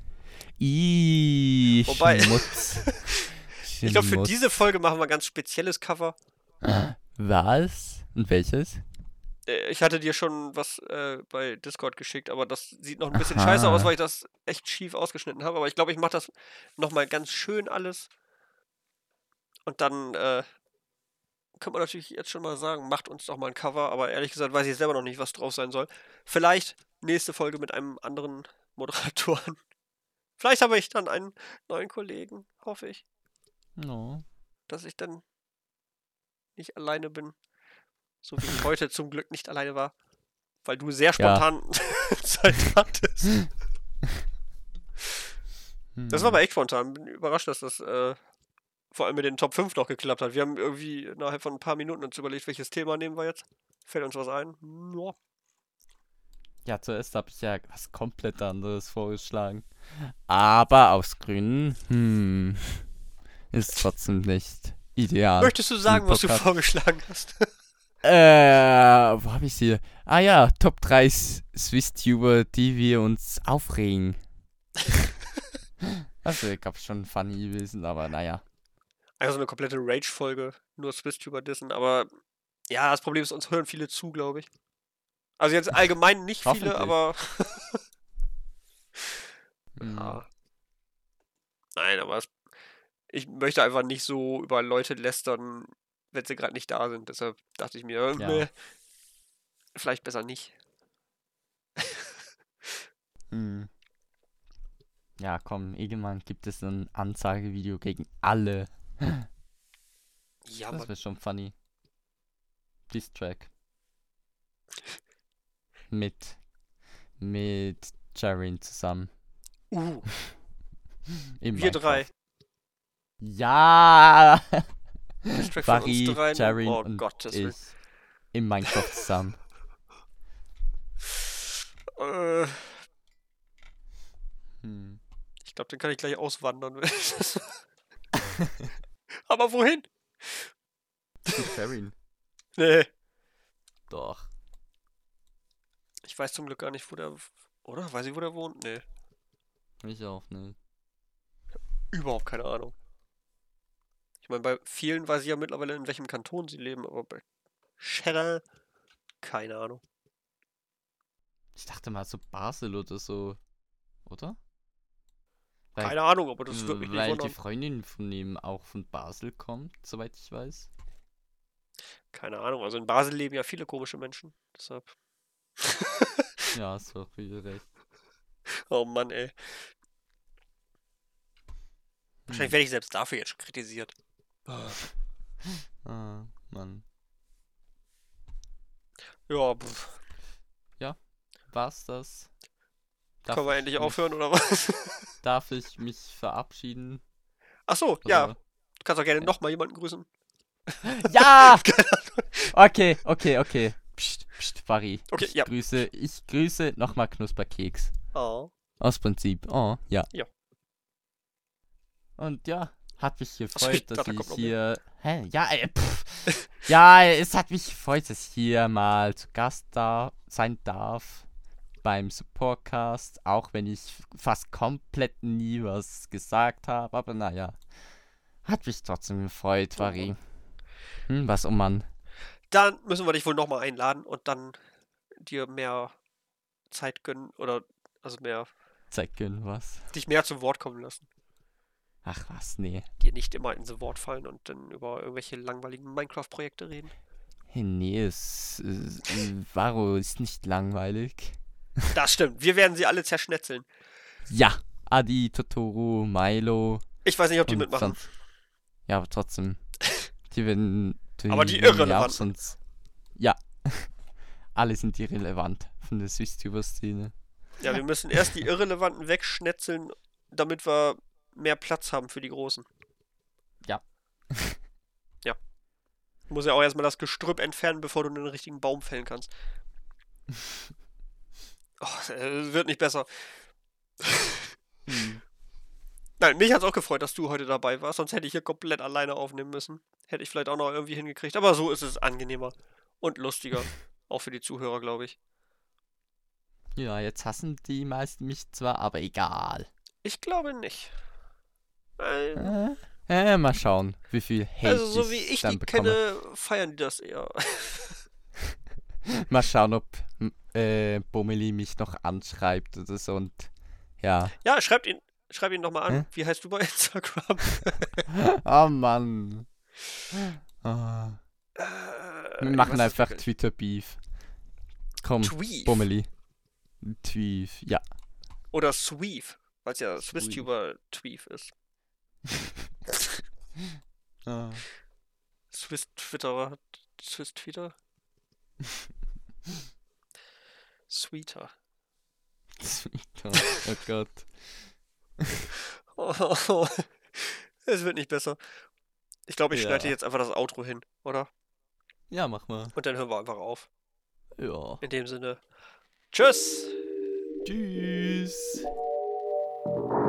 Wobei, Schmutz. ich glaube, für Schmutz. diese Folge machen wir ein ganz spezielles Cover. Was? Und welches? Ich hatte dir schon was bei Discord geschickt, aber das sieht noch ein bisschen scheiße aus, weil ich das echt schief ausgeschnitten habe. Aber ich glaube, ich mache das nochmal ganz schön alles. Und dann kann man natürlich jetzt schon mal sagen, macht uns doch mal ein Cover. Aber ehrlich gesagt weiß ich selber noch nicht, was drauf sein soll. Vielleicht nächste Folge mit einem anderen Moderatoren. Vielleicht habe ich dann einen neuen Kollegen, hoffe ich. No. Dass ich dann nicht alleine bin. So wie ich heute zum Glück nicht alleine war. Weil du sehr spontan Zeit hattest. Das war aber echt spontan. Bin überrascht, dass das vor allem mit den Top 5 noch geklappt hat. Wir haben irgendwie innerhalb von ein paar Minuten uns überlegt, welches Thema nehmen wir jetzt. Fällt uns was ein? Ja. Ja, zuerst habe ich ja was komplett anderes vorgeschlagen. Aber aus Gründen, ist trotzdem nicht ideal. Möchtest du sagen, was du Podcast. vorgeschlagen hast? Wo habe ich sie? Ah ja, Top 3 Swiss-Tuber, die wir uns aufregen. Also, ich glaube schon funny gewesen, aber naja. Also eine komplette Rage-Folge, nur Swiss-Tuber dissen, aber ja, das Problem ist, uns hören viele zu, glaube ich. Also jetzt allgemein nicht viele, Hoffentlich. aber Hm. ja. Nein, aber ich möchte einfach nicht so über Leute lästern, wenn sie gerade nicht da sind. Deshalb dachte ich mir, Ja. nee, vielleicht besser nicht. Hm. Ja, komm, irgendwann gibt es ein Ansagevideo gegen alle. Ja, Das Mann. wäre schon funny. Diss-Track. Mit Jarin zusammen. Im Wir drei. Minecraft. Ja! Diss-Track von uns Barry, dreien. Jarin Oh und Gottes ich Willen. im Minecraft zusammen. Hm. Ich glaube, dann kann ich gleich auswandern. Aber wohin? Zu Jarin. Nee. Doch. Ich weiß zum Glück gar nicht, wo der. Oder? Weiß ich, wo der wohnt? Nee. Ich auch nicht. Überhaupt keine Ahnung. Ich meine, bei vielen weiß ich ja mittlerweile, in welchem Kanton sie leben, aber bei Cheddar keine Ahnung. Ich dachte mal so Basel oder so. Oder? Weil- Keine Ahnung, aber das wird mich nicht Weil die wundern. Freundin von ihm auch von Basel kommt, soweit ich weiß. Keine Ahnung. Also in Basel leben ja viele komische Menschen. Deshalb. Ja, hast du auch wieder recht. Oh Mann, ey. Wahrscheinlich Hm. werde ich selbst dafür jetzt schon kritisiert. Ah, Mann. Ja, pff. War's das? Können wir ich endlich mich- aufhören oder was? Darf ich mich verabschieden? Ach so, ja. Oder- Du kannst auch gerne Ja. nochmal jemanden grüßen. Ja! Okay. Fari. Okay, ja. Ich grüße nochmal Knusperkeks. Oh. Aus Prinzip. Oh, ja. Ja. Und ja, hat mich Achso, ich gefreut, dass dachte, da kommt ich noch hier. Hä? Ja, ja, es hat mich gefreut, dass ich hier mal zu Gast sein darf beim Supportcast, auch wenn ich fast komplett nie was gesagt habe, aber naja. Hat mich trotzdem gefreut, Fari. Was, oh Mann. Dann müssen wir dich wohl nochmal einladen und dann dir mehr Zeit gönnen oder also mehr Zeig gönnen was. dich mehr zu Wort kommen lassen. Ach was, nee. Dir nicht immer ins Wort fallen und dann über irgendwelche langweiligen Minecraft-Projekte reden. Hey, nee, Varo ist nicht langweilig. Das stimmt, wir werden sie alle zerschnetzeln. Ja, Adi, Totoro, Milo. Ich weiß nicht, ob die und mitmachen. Ja, aber trotzdem. Die werden. Aber die werden ja auch Irrelevanten. sonst. Ja. Alle sind irrelevant von der Swiss-Tuber-Szene. Ja, wir müssen erst die Irrelevanten wegschnetzeln, damit wir mehr Platz haben für die Großen. Ja. Ja. Du musst ja auch erstmal das Gestrüpp entfernen, bevor du einen richtigen Baum fällen kannst. Oh, wird nicht besser. Nein, mich hat's auch gefreut, dass du heute dabei warst, sonst hätte ich hier komplett alleine aufnehmen müssen. Hätte ich vielleicht auch noch irgendwie hingekriegt, aber so ist es angenehmer und lustiger. Auch für die Zuhörer, glaube ich. Ja, jetzt hassen die meisten mich zwar, aber egal. Ich glaube nicht. Mal schauen, wie viel Hate Also, so wie ich dann die bekomme. kenne, feiern die das eher. Mal schauen, ob Bomeli mich noch anschreibt oder so und ja. Ja, schreib ihn doch mal an. Hä? Wie heißt du bei Instagram? Oh Mann. Oh. Wir machen was ist einfach das? Twitter-Beef. Komm, Tweef. Bomeli. Tweef, ja. Oder Sweef, weil es ja Sweef. SwissTuber Tweef ist. Ah. Swiss-Twitterer. Swiss-Tweeter? Sweeter. Sweeter. Oh Gott. Oh, es wird nicht besser. Ich glaube, ich Ja. schneide jetzt einfach das Outro hin, oder? Ja, mach mal. Und dann hören wir einfach auf. Ja. In dem Sinne. Tschüss! Tschüss.